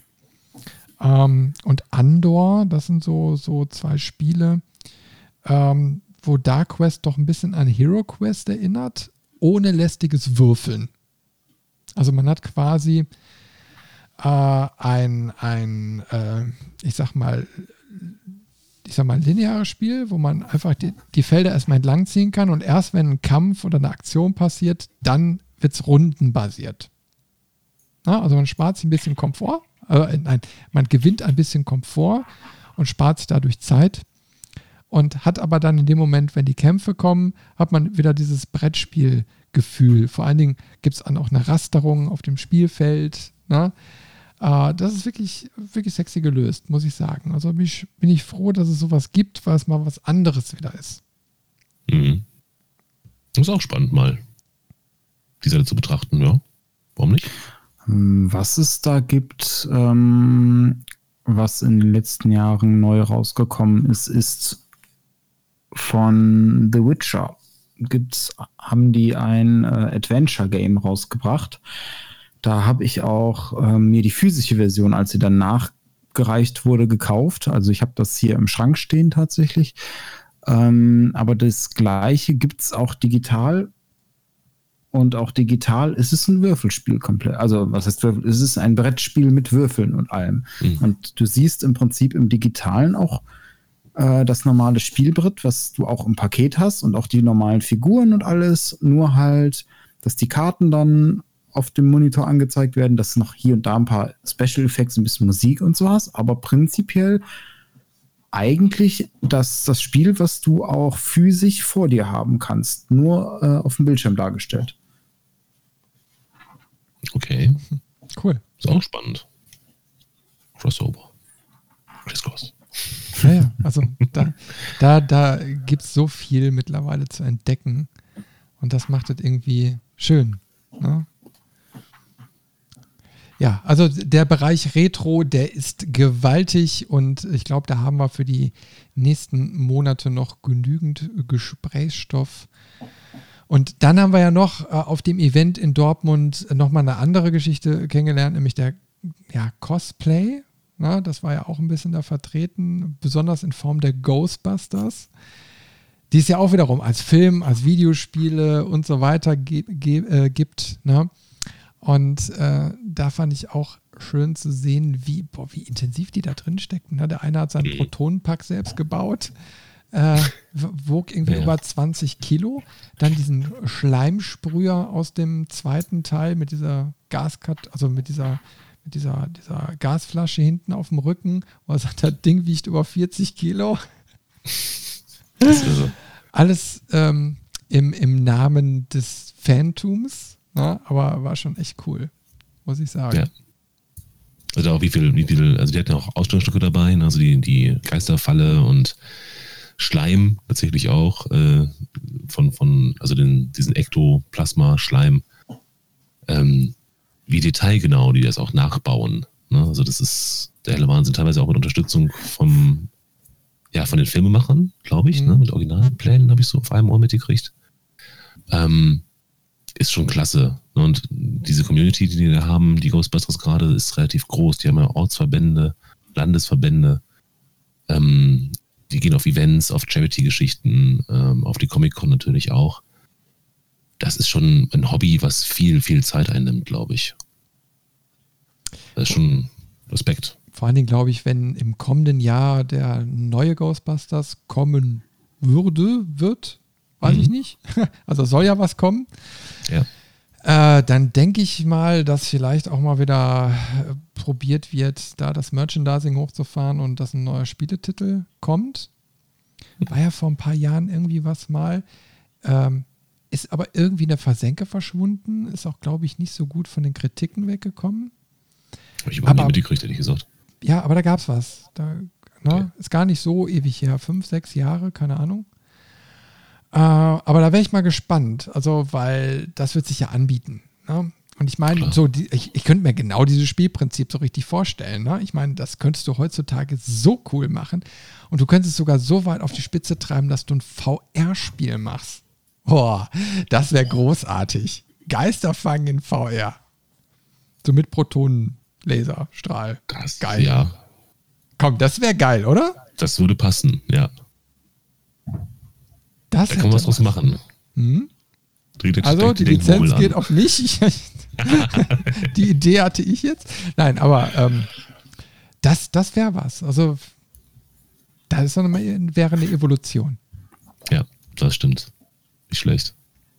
[SPEAKER 1] Ähm, und Andor, das sind so, so zwei Spiele, ähm, wo Dark Quest doch ein bisschen an Hero Quest erinnert, ohne lästiges Würfeln. Also man hat quasi äh, ein, ein äh, ich sag mal, ich sag mal, ein lineares Spiel, wo man einfach die, die Felder erstmal entlangziehen kann und erst wenn ein Kampf oder eine Aktion passiert, dann wird es rundenbasiert. Na, also man spart sich ein bisschen Komfort. Also nein, man gewinnt ein bisschen Komfort und spart sich dadurch Zeit und hat aber dann in dem Moment, wenn die Kämpfe kommen, hat man wieder dieses Brettspielgefühl. Vor allen Dingen gibt es dann auch eine Rasterung auf dem Spielfeld. Ne? Äh, das ist wirklich, wirklich sexy gelöst, muss ich sagen. Also bin ich, bin ich froh, dass es sowas gibt, weil es mal was anderes wieder ist.
[SPEAKER 2] Mhm. Das ist auch spannend, mal die Seite zu betrachten, ja. Warum nicht?
[SPEAKER 3] Was es da gibt, ähm, was in den letzten Jahren neu rausgekommen ist, ist von The Witcher. Gibt's, haben die ein äh, Adventure-Game rausgebracht. Da habe ich auch äh, mir die physische Version, als sie dann nachgereicht wurde, gekauft. Also ich habe das hier im Schrank stehen tatsächlich. Ähm, aber das Gleiche gibt es auch digital. Und auch digital ist es ein Würfelspiel komplett. Also, was heißt Würfel? Es ist ein Brettspiel mit Würfeln und allem. Mhm. Und du siehst im Prinzip im Digitalen auch äh, das normale Spielbrett, was du auch im Paket hast und auch die normalen Figuren und alles. Nur halt, dass die Karten dann auf dem Monitor angezeigt werden, dass noch hier und da ein paar Special Effects, ein bisschen Musik und so hast. Aber prinzipiell eigentlich das, das Spiel, was du auch physisch vor dir haben kannst. Nur äh, auf dem Bildschirm dargestellt.
[SPEAKER 2] Okay.
[SPEAKER 1] Cool.
[SPEAKER 2] Ist auch spannend. Crossover. Crisscross.
[SPEAKER 1] Ja, ja, also da, da, da gibt es so viel mittlerweile zu entdecken und das macht es irgendwie schön. Ne? Ja, also der Bereich Retro, der ist gewaltig und ich glaube, da haben wir für die nächsten Monate noch genügend Gesprächsstoff. Und dann haben wir ja noch äh, auf dem Event in Dortmund nochmal eine andere Geschichte kennengelernt, nämlich der ja, Cosplay. Na, das war ja auch ein bisschen da vertreten, besonders in Form der Ghostbusters. die es ja auch wiederum als Film, als Videospiele und so weiter ge- ge- äh, gibt. Ne? Und äh, da fand ich auch schön zu sehen, wie, boah, wie intensiv die da drin steckten. Ne? Der eine hat seinen Protonenpack selbst gebaut, äh, wog irgendwie
[SPEAKER 2] ja.
[SPEAKER 1] über zwanzig Kilo. Dann diesen Schleimsprüher aus dem zweiten Teil mit dieser Gaskat, also mit dieser, mit dieser, dieser Gasflasche hinten auf dem Rücken. Und er sagt, das Ding wiegt über vierzig Kilo.
[SPEAKER 2] Das ist so.
[SPEAKER 1] Alles ähm, im, im Namen des Phantoms, ne? Aber war schon echt cool, muss ich sagen.
[SPEAKER 2] Ja. Also auch wie viel, wie viel, also die hatten auch Ausstellungsstücke dabei, ne? Also die, die Geisterfalle und Schleim tatsächlich auch, äh, von, von, also den, diesen Ektoplasma-Schleim, ähm, wie detailgenau die das auch nachbauen. Ne? Also das ist der helle Wahnsinn, teilweise auch mit Unterstützung vom Ja, von den Filmemachern, glaube ich, mhm. ne, mit Originalplänen habe ich so auf einem Ohr mitgekriegt. Ähm, ist schon klasse. Ne? Und diese Community, die die da haben, die Ghostbusters gerade, ist relativ groß. Die haben ja Ortsverbände, Landesverbände. Ähm, die gehen auf Events, auf Charity-Geschichten, ähm, auf die Comic-Con natürlich auch. Das ist schon ein Hobby, was viel, viel Zeit einnimmt, glaube ich. Das ist schon Respekt.
[SPEAKER 1] Vor allen Dingen glaube ich, wenn im kommenden Jahr der neue Ghostbusters kommen würde, wird, weiß mhm. ich nicht. Also soll ja was kommen.
[SPEAKER 2] Ja.
[SPEAKER 1] Äh, dann denke ich mal, dass vielleicht auch mal wieder äh, probiert wird, da das Merchandising hochzufahren und dass ein neuer Spieletitel kommt. War ja vor ein paar Jahren irgendwie was mal. Ähm, ist aber irgendwie in der Versenke verschwunden. Ist auch, glaube ich, nicht so gut von den Kritiken weggekommen.
[SPEAKER 2] Habe ich überhaupt nicht mitgekriegt, ehrlich gesagt.
[SPEAKER 1] Ja, aber da gab es was. Da, ne? Okay. Ist gar nicht so ewig her. Fünf, sechs Jahre, keine Ahnung. Äh, aber da wäre ich mal gespannt. Also, weil das wird sich ja anbieten. Ne? Und ich meine, so die, ich, ich könnte mir genau dieses Spielprinzip so richtig vorstellen. Ne? Ich meine, das könntest du heutzutage so cool machen. Und du könntest es sogar so weit auf die Spitze treiben, dass du ein V R-Spiel machst. Boah, das wäre großartig. Geister fangen in V R. So mit Protonen. Laserstrahl.
[SPEAKER 2] Das,
[SPEAKER 1] geil.
[SPEAKER 2] Ja.
[SPEAKER 1] Komm, das wäre geil, oder?
[SPEAKER 2] Das würde passen, ja.
[SPEAKER 1] Das
[SPEAKER 2] da kann man was draus machen.
[SPEAKER 1] Hm?
[SPEAKER 2] Die,
[SPEAKER 1] also, die, die Lizenz geht auf mich. Die Idee hatte ich jetzt. Nein, aber ähm, das, das wäre was. Also, das ist eine, wäre eine Evolution.
[SPEAKER 2] Ja, das stimmt. Nicht schlecht.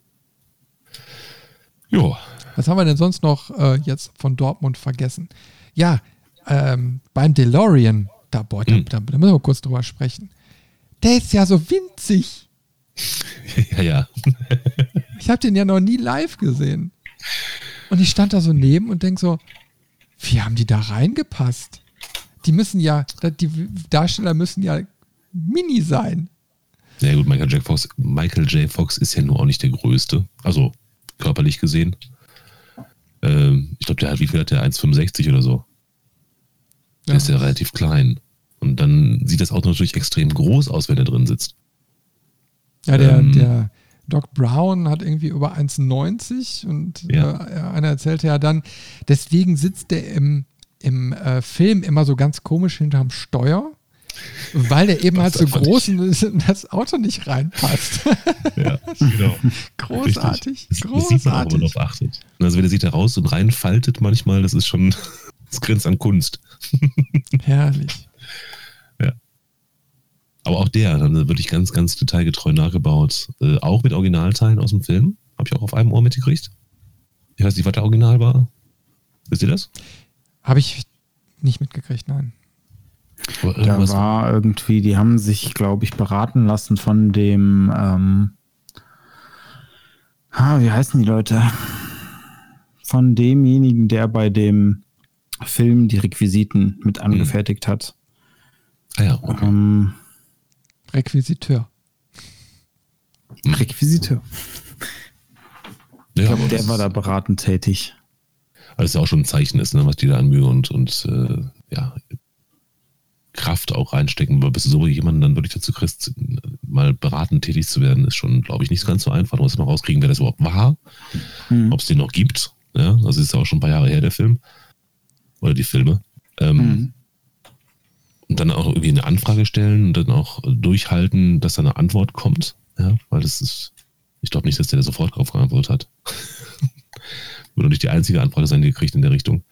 [SPEAKER 2] Jo.
[SPEAKER 1] Was haben wir denn sonst noch äh, jetzt von Dortmund vergessen? Ja, ähm, beim DeLorean, da, boah, da,
[SPEAKER 2] hm.
[SPEAKER 1] da, da müssen wir kurz drüber sprechen. Der ist ja so winzig.
[SPEAKER 2] Ja, ja.
[SPEAKER 1] Ich habe den ja noch nie live gesehen. Und ich stand da so neben und denke so, wie haben die da reingepasst? Die müssen ja, die Darsteller müssen ja mini sein.
[SPEAKER 2] Ja gut, Michael J. Fox, Michael J. Fox ist ja nur auch nicht der Größte. Also körperlich gesehen. Ich glaube, der hat, wie viel hat der? eins Komma fünfundsechzig oder so. Der ja. ist ja relativ klein. Und dann sieht das Auto natürlich extrem groß aus, wenn er drin sitzt.
[SPEAKER 1] Ja, der, ähm, der Doc Brown hat irgendwie über eins Komma neunzig und ja. äh, einer erzählte ja dann, deswegen sitzt der im, im äh, Film immer so ganz komisch hinterm Steuer, weil der eben halt so groß ist und das Auto nicht reinpasst.
[SPEAKER 2] Ja, genau.
[SPEAKER 1] Großartig.
[SPEAKER 2] Das,
[SPEAKER 1] großartig.
[SPEAKER 2] Das sieht man auch, wenn man darauf achtet. Also wenn er sich da raus und reinfaltet manchmal, das ist schon, das grenzt an Kunst.
[SPEAKER 1] Herrlich.
[SPEAKER 2] Ja. Aber auch der, dann wirklich ganz, ganz detailgetreu nachgebaut. Äh, auch mit Originalteilen aus dem Film. Habe ich auch auf einem Ohr mitgekriegt. Ich weiß nicht, was da original war. Wisst ihr das?
[SPEAKER 1] Habe ich nicht mitgekriegt, nein.
[SPEAKER 3] Da war irgendwie, die haben sich, glaube ich, beraten lassen von dem, ähm, ah, wie heißen die Leute? Von demjenigen, der bei dem Film die Requisiten mit angefertigt hat.
[SPEAKER 2] Ah ja, okay.
[SPEAKER 3] Ähm,
[SPEAKER 1] Requisiteur.
[SPEAKER 3] Requisiteur.
[SPEAKER 2] Ja,
[SPEAKER 3] ich glaube, der war da beratend tätig.
[SPEAKER 2] Weil es ja auch schon ein Zeichen ist, ne, was die da an Mühe und, und äh, ja, Kraft auch reinstecken, weil bis du so jemanden dann wirklich dazu kriegst, mal beratend tätig zu werden, ist schon, glaube ich, nicht ganz so einfach. Du musst mal rauskriegen, wer das überhaupt war, mhm. ob es den noch gibt. Ja, also ist ja auch schon ein paar Jahre her, der Film. Oder die Filme. Ähm, mhm. Und dann auch irgendwie eine Anfrage stellen und dann auch durchhalten, dass da eine Antwort kommt. Ja, weil das ist, ich glaube nicht, dass der sofort darauf geantwortet hat. Würde nicht die einzige Anfrage sein, die ihr kriegt in der Richtung.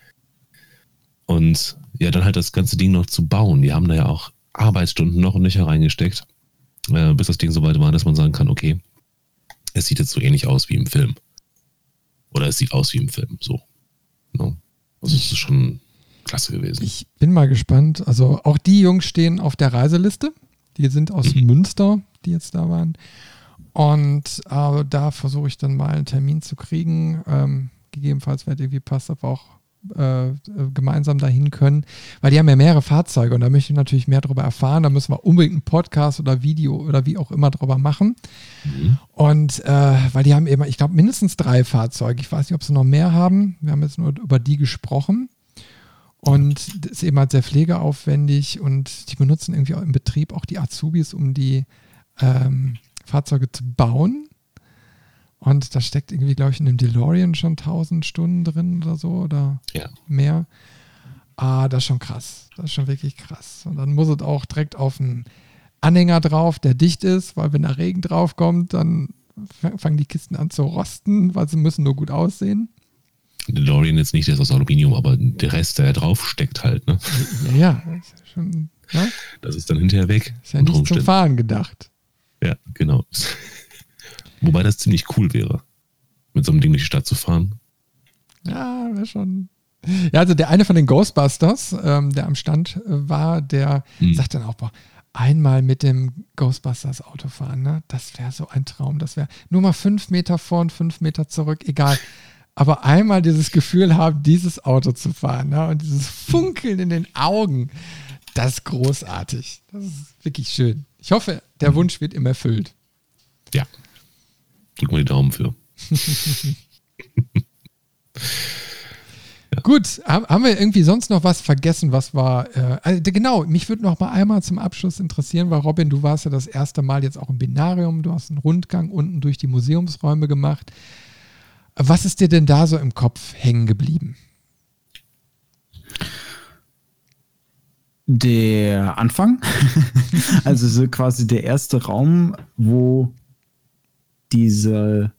[SPEAKER 2] Und ja, dann halt das ganze Ding noch zu bauen. Die haben da ja auch Arbeitsstunden noch und nöcher reingesteckt, äh, bis das Ding so weit war, dass man sagen kann, okay, es sieht jetzt so ähnlich aus wie im Film. Oder es sieht aus wie im Film, so. No. Also es ist schon klasse gewesen.
[SPEAKER 1] Ich bin mal gespannt. Also auch die Jungs stehen auf der Reiseliste. Die sind aus
[SPEAKER 2] Mhm.
[SPEAKER 1] Münster, die jetzt da waren. Und äh, da versuche ich dann mal einen Termin zu kriegen. Ähm, gegebenenfalls, wenn es irgendwie passt, ob wir auch äh, gemeinsam dahin können. Weil die haben ja mehrere Fahrzeuge und da möchte ich natürlich mehr darüber erfahren. Da müssen wir unbedingt einen Podcast oder Video oder wie auch immer drüber machen.
[SPEAKER 2] Mhm.
[SPEAKER 1] Und äh, weil die haben eben, ich glaube, mindestens drei Fahrzeuge. Ich weiß nicht, ob sie noch mehr haben. Wir haben jetzt nur über die gesprochen. Und das ist eben halt sehr pflegeaufwendig und die benutzen irgendwie auch im Betrieb auch die Azubis, um die ähm, Fahrzeuge zu bauen. Und da steckt irgendwie, glaube ich, in dem DeLorean schon tausend Stunden drin oder so oder
[SPEAKER 2] Ja.
[SPEAKER 1] mehr. Ah, das ist schon krass. Das ist schon wirklich krass. Und dann muss es auch direkt auf einen Anhänger drauf, der dicht ist, weil wenn da Regen drauf kommt, dann fangen die Kisten an zu rosten, weil sie müssen nur gut aussehen.
[SPEAKER 2] DeLorean jetzt nicht, der ist aus Aluminium, aber der Rest, der da drauf steckt halt, ne?
[SPEAKER 1] Ja, ja. Das ist, ja schon, ja?
[SPEAKER 2] Das ist dann hinterher weg.
[SPEAKER 1] Ist ja
[SPEAKER 2] unter
[SPEAKER 1] nicht zum
[SPEAKER 2] Umständen.
[SPEAKER 1] Fahren gedacht.
[SPEAKER 2] Ja, genau. Wobei das ziemlich cool wäre, mit so einem Ding durch die Stadt zu fahren.
[SPEAKER 1] Ja, wäre schon. Ja, also der eine von den Ghostbusters, ähm, der am Stand äh, war, der
[SPEAKER 2] Mhm.
[SPEAKER 1] sagt dann auch, boah, einmal mit dem Ghostbusters Auto fahren, ne? Das wäre so ein Traum. Das wäre nur mal fünf Meter vor und fünf Meter zurück, egal. Aber einmal dieses Gefühl haben, dieses Auto zu fahren, ne? Und dieses Funkeln in den Augen, das ist großartig. Das ist wirklich schön. Ich hoffe, der Wunsch wird ihm erfüllt.
[SPEAKER 2] Ja. Drück mal die Daumen für.
[SPEAKER 1] Gut, haben haben wir irgendwie sonst noch was vergessen, was war, äh, also genau, mich würde noch mal einmal zum Abschluss interessieren, weil Robin, du warst ja das erste Mal jetzt auch im Binarium, du hast einen Rundgang unten durch die Museumsräume gemacht. Was ist dir denn da so im Kopf hängen geblieben?
[SPEAKER 3] Der Anfang, also so quasi der erste Raum, wo diese,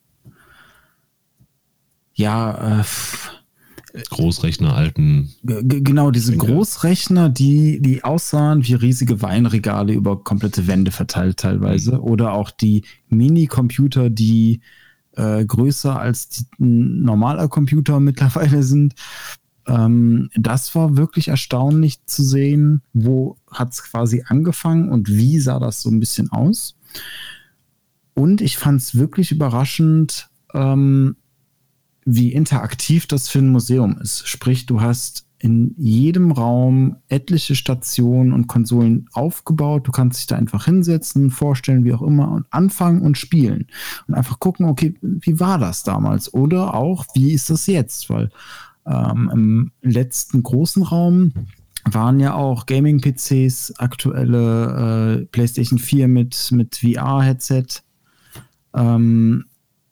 [SPEAKER 3] ja, äh,
[SPEAKER 2] Großrechner, alten.
[SPEAKER 3] G genau, diese
[SPEAKER 2] Denke.
[SPEAKER 3] Großrechner, die, die aussahen wie riesige Weinregale über komplette Wände verteilt teilweise. Oder auch die Mini-Computer, die äh, größer als die, ein normaler Computer mittlerweile sind. Ähm, das war wirklich erstaunlich zu sehen, wo hat es quasi angefangen und wie sah das so ein bisschen aus. Und ich fand es wirklich überraschend, ähm, wie interaktiv das für ein Museum ist. Sprich, du hast in jedem Raum etliche Stationen und Konsolen aufgebaut. Du kannst dich da einfach hinsetzen, vorstellen, wie auch immer, und anfangen und spielen. Und einfach gucken, okay, wie war das damals? Oder auch, wie ist das jetzt? Weil ähm, im letzten großen Raum waren ja auch Gaming-P Cs, aktuelle äh, PlayStation vier mit, mit V R-Headset, ähm,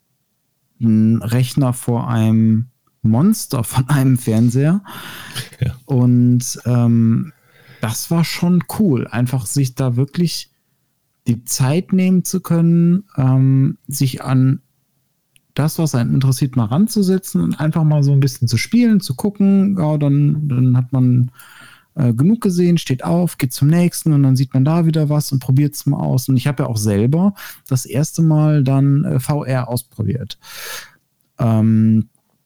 [SPEAKER 3] ein Rechner vor einem Monster von einem Fernseher.
[SPEAKER 2] Ja.
[SPEAKER 3] Und ähm, das war schon cool, einfach sich da wirklich die Zeit nehmen zu können, ähm, sich an das, was einen interessiert, mal ranzusetzen und einfach mal so ein bisschen zu spielen, zu gucken. Ja, dann, dann hat man äh, genug gesehen, steht auf, geht zum nächsten und dann sieht man da wieder was und probiert es mal aus. Und ich habe ja auch selber das erste Mal dann äh, V R ausprobiert. Ähm,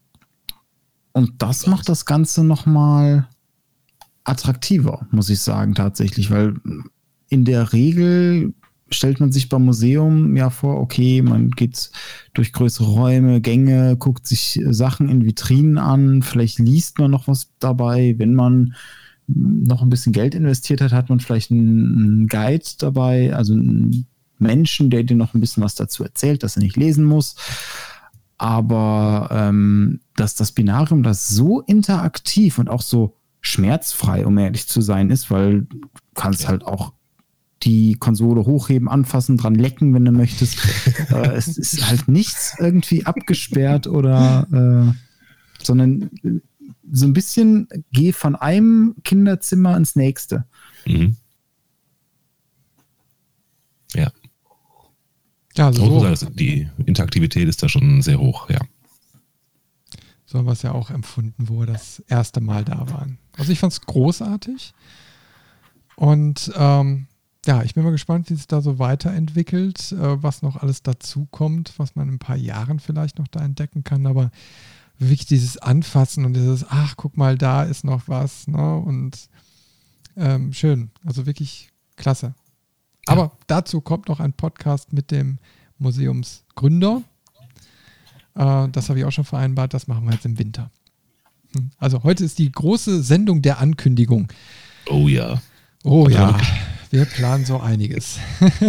[SPEAKER 3] und das macht das Ganze nochmal attraktiver, muss ich sagen, tatsächlich, weil in der Regel stellt man sich beim Museum ja vor, okay, man geht durch größere Räume, Gänge, guckt sich Sachen in Vitrinen an, vielleicht liest man noch was dabei. Wenn man noch ein bisschen Geld investiert hat, hat man vielleicht einen Guide dabei, also einen Menschen, der dir noch ein bisschen was dazu erzählt, dass er nicht lesen muss. Aber ähm, dass das Binarium das so interaktiv und auch so schmerzfrei, um ehrlich zu sein, ist, weil du kannst ja halt auch die Konsole hochheben, anfassen, dran lecken, wenn du möchtest. äh, es ist halt nichts irgendwie abgesperrt oder äh, sondern so ein bisschen geh von einem Kinderzimmer ins nächste.
[SPEAKER 2] Mhm. Ja.
[SPEAKER 1] Ja, also
[SPEAKER 2] so.
[SPEAKER 1] so,
[SPEAKER 2] Die Interaktivität ist da schon sehr hoch, ja.
[SPEAKER 1] So haben wir es ja auch empfunden, wo wir das erste Mal da waren. Also ich fand es großartig. Und ähm, ja, ich bin mal gespannt, wie es da so weiterentwickelt, äh, was noch alles dazukommt, was man in ein paar Jahren vielleicht noch da entdecken kann. Aber wirklich dieses Anfassen und dieses, ach, guck mal, da ist noch was, ne? Und ähm, schön, also wirklich klasse. Aber ja. Dazu kommt noch ein Podcast mit dem Museumsgründer. Äh, das habe ich auch schon vereinbart, das machen wir jetzt im Winter. Hm. Also heute ist die große Sendung der Ankündigung.
[SPEAKER 2] Oh ja.
[SPEAKER 1] Oh ja, ja. Wir planen so einiges.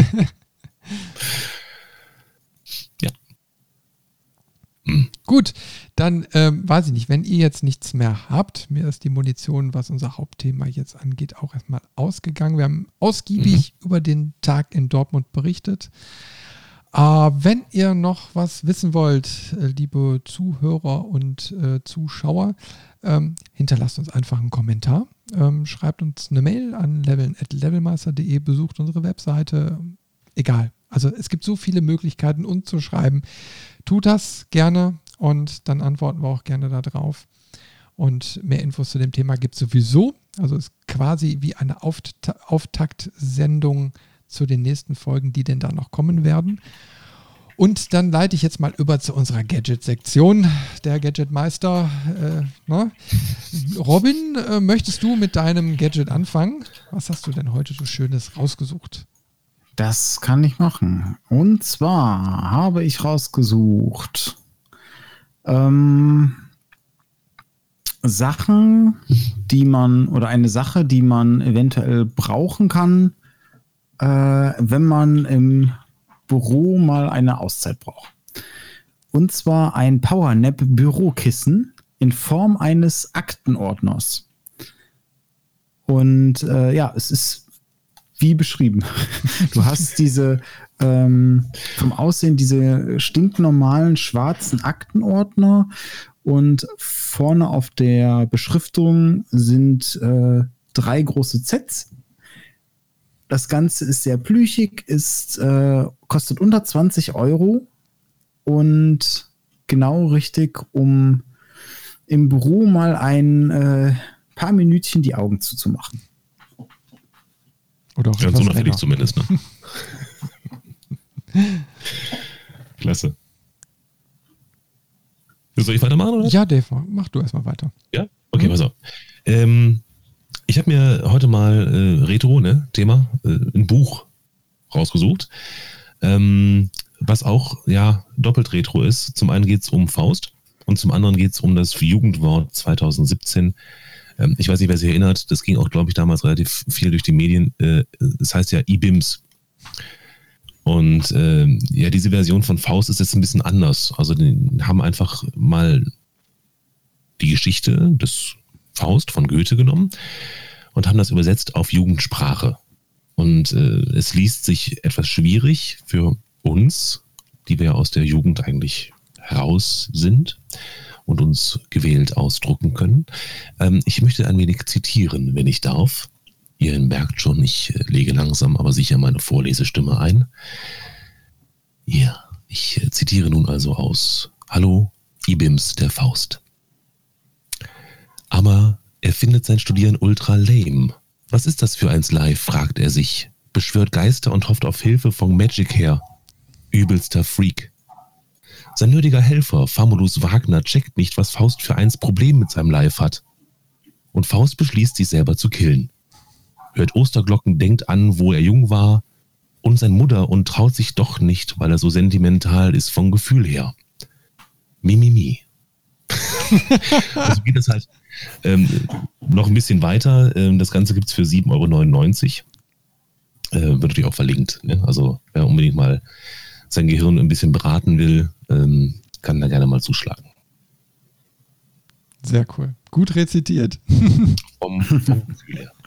[SPEAKER 2] Ja. Hm.
[SPEAKER 1] Gut, dann ähm, weiß ich nicht, wenn ihr jetzt nichts mehr habt, mir ist die Munition, was unser Hauptthema jetzt angeht, auch erstmal ausgegangen. Wir haben ausgiebig mhm. über den Tag in Dortmund berichtet. Äh, wenn ihr noch was wissen wollt, äh, liebe Zuhörer und äh, Zuschauer, ähm, hinterlasst uns einfach einen Kommentar. Ähm, schreibt uns eine Mail an leveln at levelmeister punkt de, besucht unsere Webseite. Egal. Also es gibt so viele Möglichkeiten, uns zu schreiben. Tut das gerne und dann antworten wir auch gerne darauf. Und mehr Infos zu dem Thema gibt es sowieso. Also es ist quasi wie eine Auft- Auftaktsendung zu den nächsten Folgen, die denn da noch kommen werden. Und dann leite ich jetzt mal über zu unserer Gadget-Sektion, der Gadgetmeister. Äh, ne? Robin, äh, möchtest du mit deinem Gadget anfangen? Was hast du denn heute so Schönes rausgesucht?
[SPEAKER 3] Das kann ich machen. Und zwar habe ich rausgesucht ähm, Sachen, die man, oder eine Sache, die man eventuell brauchen kann, äh, wenn man im Büro mal eine Auszeit braucht. Und zwar ein Powernap-Bürokissen in Form eines Aktenordners. Und äh, ja, es ist wie beschrieben. Du hast diese ähm, vom Aussehen diese stinknormalen schwarzen Aktenordner und vorne auf der Beschriftung sind äh, drei große Zs. Das Ganze ist sehr plüschig, ist, äh, kostet unter zwanzig Euro und genau richtig, um im Büro mal ein äh, paar Minütchen die Augen zuzumachen.
[SPEAKER 2] Oder auch ganz unauffällig zumindest, ne? Klasse. Soll ich weitermachen, oder?
[SPEAKER 1] Ja, Dave, mach du erstmal weiter.
[SPEAKER 2] Ja? Okay, mhm. pass auf. Ähm, ich habe mir heute mal äh, Retro, ne, Thema, äh, ein Buch rausgesucht, ähm, was auch, ja, doppelt Retro ist. Zum einen geht es um Faust und zum anderen geht es um das Jugendwort zwanzig siebzehn. Ähm, ich weiß nicht, wer sich erinnert, das ging auch, glaube ich, damals relativ viel durch die Medien. Äh, das heißt ja I B I M S. Und äh, ja, diese Version von Faust ist jetzt ein bisschen anders. Also die haben einfach mal die Geschichte des Faust von Goethe genommen und haben das übersetzt auf Jugendsprache. Und äh, es liest sich etwas schwierig für uns, die wir aus der Jugend eigentlich heraus sind und uns gewählt ausdrucken können. Ähm, ich möchte ein wenig zitieren, wenn ich darf. Ihr merkt schon, ich äh, lege langsam, aber sicher meine Vorlesestimme ein. Ja, ich äh, zitiere nun also aus Hallo, I B I M S, der Faust. Aber er findet sein Studieren ultra lame. Was ist das für eins live, fragt er sich. Beschwört Geister und hofft auf Hilfe von Magic her. Übelster Freak. Sein nötiger Helfer, Famulus Wagner, checkt nicht, was Faust für eins Problem mit seinem Live hat. Und Faust beschließt, sich selber zu killen. Hört Osterglocken, denkt an, wo er jung war und sein Mutter und traut sich doch nicht, weil er so sentimental ist vom Gefühl her. Mimimi. Also geht das halt ähm, noch ein bisschen weiter. Ähm, das Ganze gibt es für sieben Euro neunundneunzig. Äh, wird natürlich auch verlinkt. Ne? Also wer unbedingt mal sein Gehirn ein bisschen beraten will, ähm, kann da gerne mal zuschlagen.
[SPEAKER 1] Sehr cool. Gut rezitiert.
[SPEAKER 2] Vom, vom Gefühl her.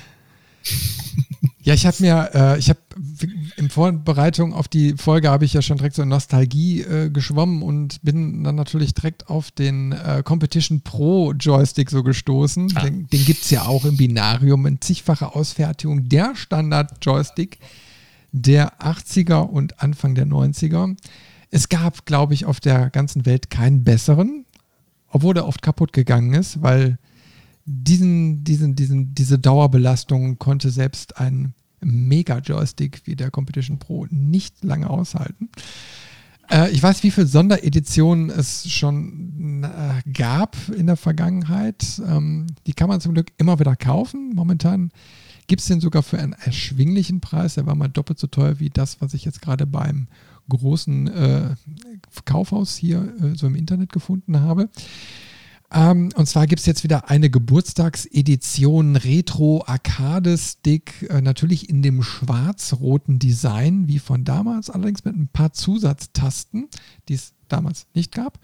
[SPEAKER 1] Ja, ich habe mir, äh, ich habe in Vorbereitung auf die Folge habe ich ja schon direkt so in Nostalgie äh, geschwommen und bin dann natürlich direkt auf den äh, Competition Pro Joystick so gestoßen. Ah. Den, den gibt es ja auch im Binarium in zigfacher Ausfertigung. Der Standard Joystick, der achtziger und Anfang der neunziger. Es gab, glaube ich, auf der ganzen Welt keinen besseren, obwohl er oft kaputt gegangen ist, weil diesen, diesen, diesen, diese Dauerbelastung konnte selbst ein Mega-Joystick wie der Competition Pro nicht lange aushalten. Äh, ich weiß, wie viele Sondereditionen es schon äh, gab in der Vergangenheit. Ähm, die kann man zum Glück immer wieder kaufen. Momentan gibt es den sogar für einen erschwinglichen Preis. Der war mal doppelt so teuer wie das, was ich jetzt gerade beim großen äh, Kaufhaus hier äh, so im Internet gefunden habe. Ähm, und zwar gibt es jetzt wieder eine Geburtstagsedition Retro Arcade Stick, äh, natürlich in dem schwarz-roten Design wie von damals, allerdings mit ein paar Zusatztasten, die es damals nicht gab.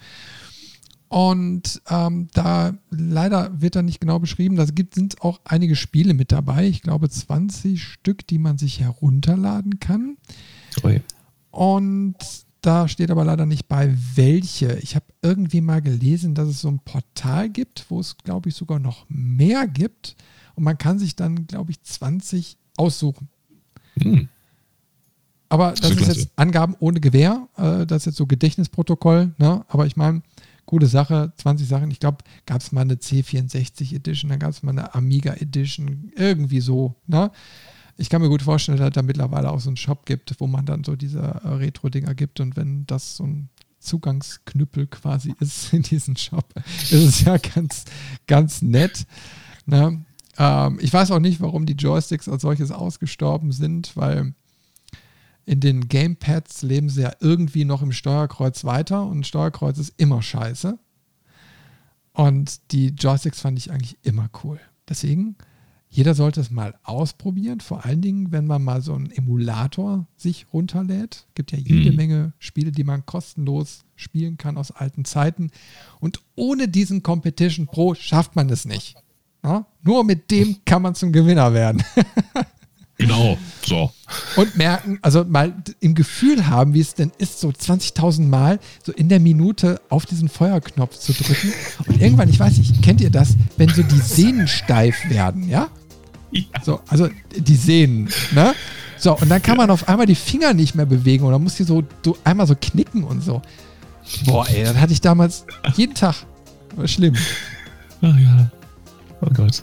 [SPEAKER 1] Und ähm, da leider wird da nicht genau beschrieben, da sind auch einige Spiele mit dabei, ich glaube zwanzig Stück, die man sich herunterladen kann.
[SPEAKER 2] Ui.
[SPEAKER 1] Und da steht aber leider nicht bei, welche. Ich habe irgendwie mal gelesen, dass es so ein Portal gibt, wo es, glaube ich, sogar noch mehr gibt. Und man kann sich dann, glaube ich, zwanzig aussuchen.
[SPEAKER 2] Hm.
[SPEAKER 1] Aber das, das ist klasse. Jetzt Angaben ohne Gewähr. Äh, das ist jetzt so Gedächtnisprotokoll. Ne? Aber ich meine, coole Sache, zwanzig Sachen. Ich glaube, gab es mal eine C vierundsechzig Edition, dann gab es mal eine Amiga Edition. Irgendwie so, ne? Ich kann mir gut vorstellen, dass es da mittlerweile auch so einen Shop gibt, wo man dann so diese äh, Retro-Dinger gibt und wenn das so ein Zugangsknüppel quasi ist in diesen Shop, ist es ja ganz, ganz nett. Ne? Ähm, ich weiß auch nicht, warum die Joysticks als solches ausgestorben sind, weil in den Gamepads leben sie ja irgendwie noch im Steuerkreuz weiter und ein Steuerkreuz ist immer scheiße. Und die Joysticks fand ich eigentlich immer cool. Deswegen jeder sollte es mal ausprobieren, vor allen Dingen, wenn man mal so einen Emulator sich runterlädt. Es gibt ja jede mhm. Menge Spiele, die man kostenlos spielen kann aus alten Zeiten. Und ohne diesen Competition Pro schafft man es nicht. Ja? Nur mit dem kann man zum Gewinner werden.
[SPEAKER 2] Genau, so.
[SPEAKER 1] Und merken, also mal im Gefühl haben, wie es denn ist, so zwanzigtausend Mal so in der Minute auf diesen Feuerknopf zu drücken. Und irgendwann, ich weiß nicht, kennt ihr das, wenn so die Sehnen steif werden, ja?
[SPEAKER 2] Ja.
[SPEAKER 1] So, also die Sehnen, ne? So, und dann kann man auf einmal die Finger nicht mehr bewegen oder muss hier so, so einmal so knicken und so. Boah, ey, das hatte ich damals jeden Tag. War schlimm.
[SPEAKER 2] Ach ja. Oh Gott.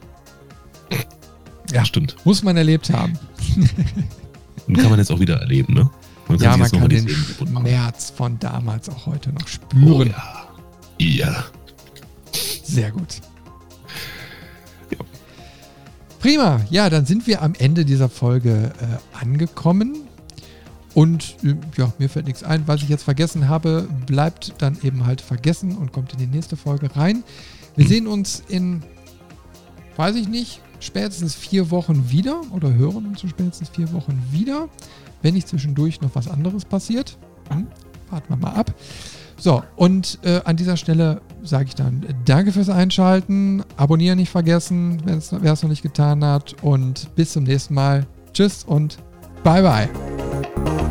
[SPEAKER 1] Ja,
[SPEAKER 2] stimmt.
[SPEAKER 1] Muss man erlebt haben.
[SPEAKER 2] Und kann man jetzt auch wieder erleben, ne?
[SPEAKER 1] Man kann ja, man kann den Schmerz von damals auch heute noch spüren.
[SPEAKER 2] Oh, ja. Ja.
[SPEAKER 1] Sehr gut. Ja. Prima. Ja, dann sind wir am Ende dieser Folge äh, angekommen. Und äh, ja, mir fällt nichts ein. Was ich jetzt vergessen habe, bleibt dann eben halt vergessen und kommt in die nächste Folge rein. Wir hm. sehen uns in, weiß ich nicht, spätestens vier Wochen wieder oder hören uns in spätestens vier Wochen wieder, wenn nicht zwischendurch noch was anderes passiert. Hm, warten wir mal ab. So, und äh, an dieser Stelle sage ich dann danke fürs Einschalten, abonnieren nicht vergessen, wer es noch nicht getan hat und bis zum nächsten Mal. Tschüss und bye bye.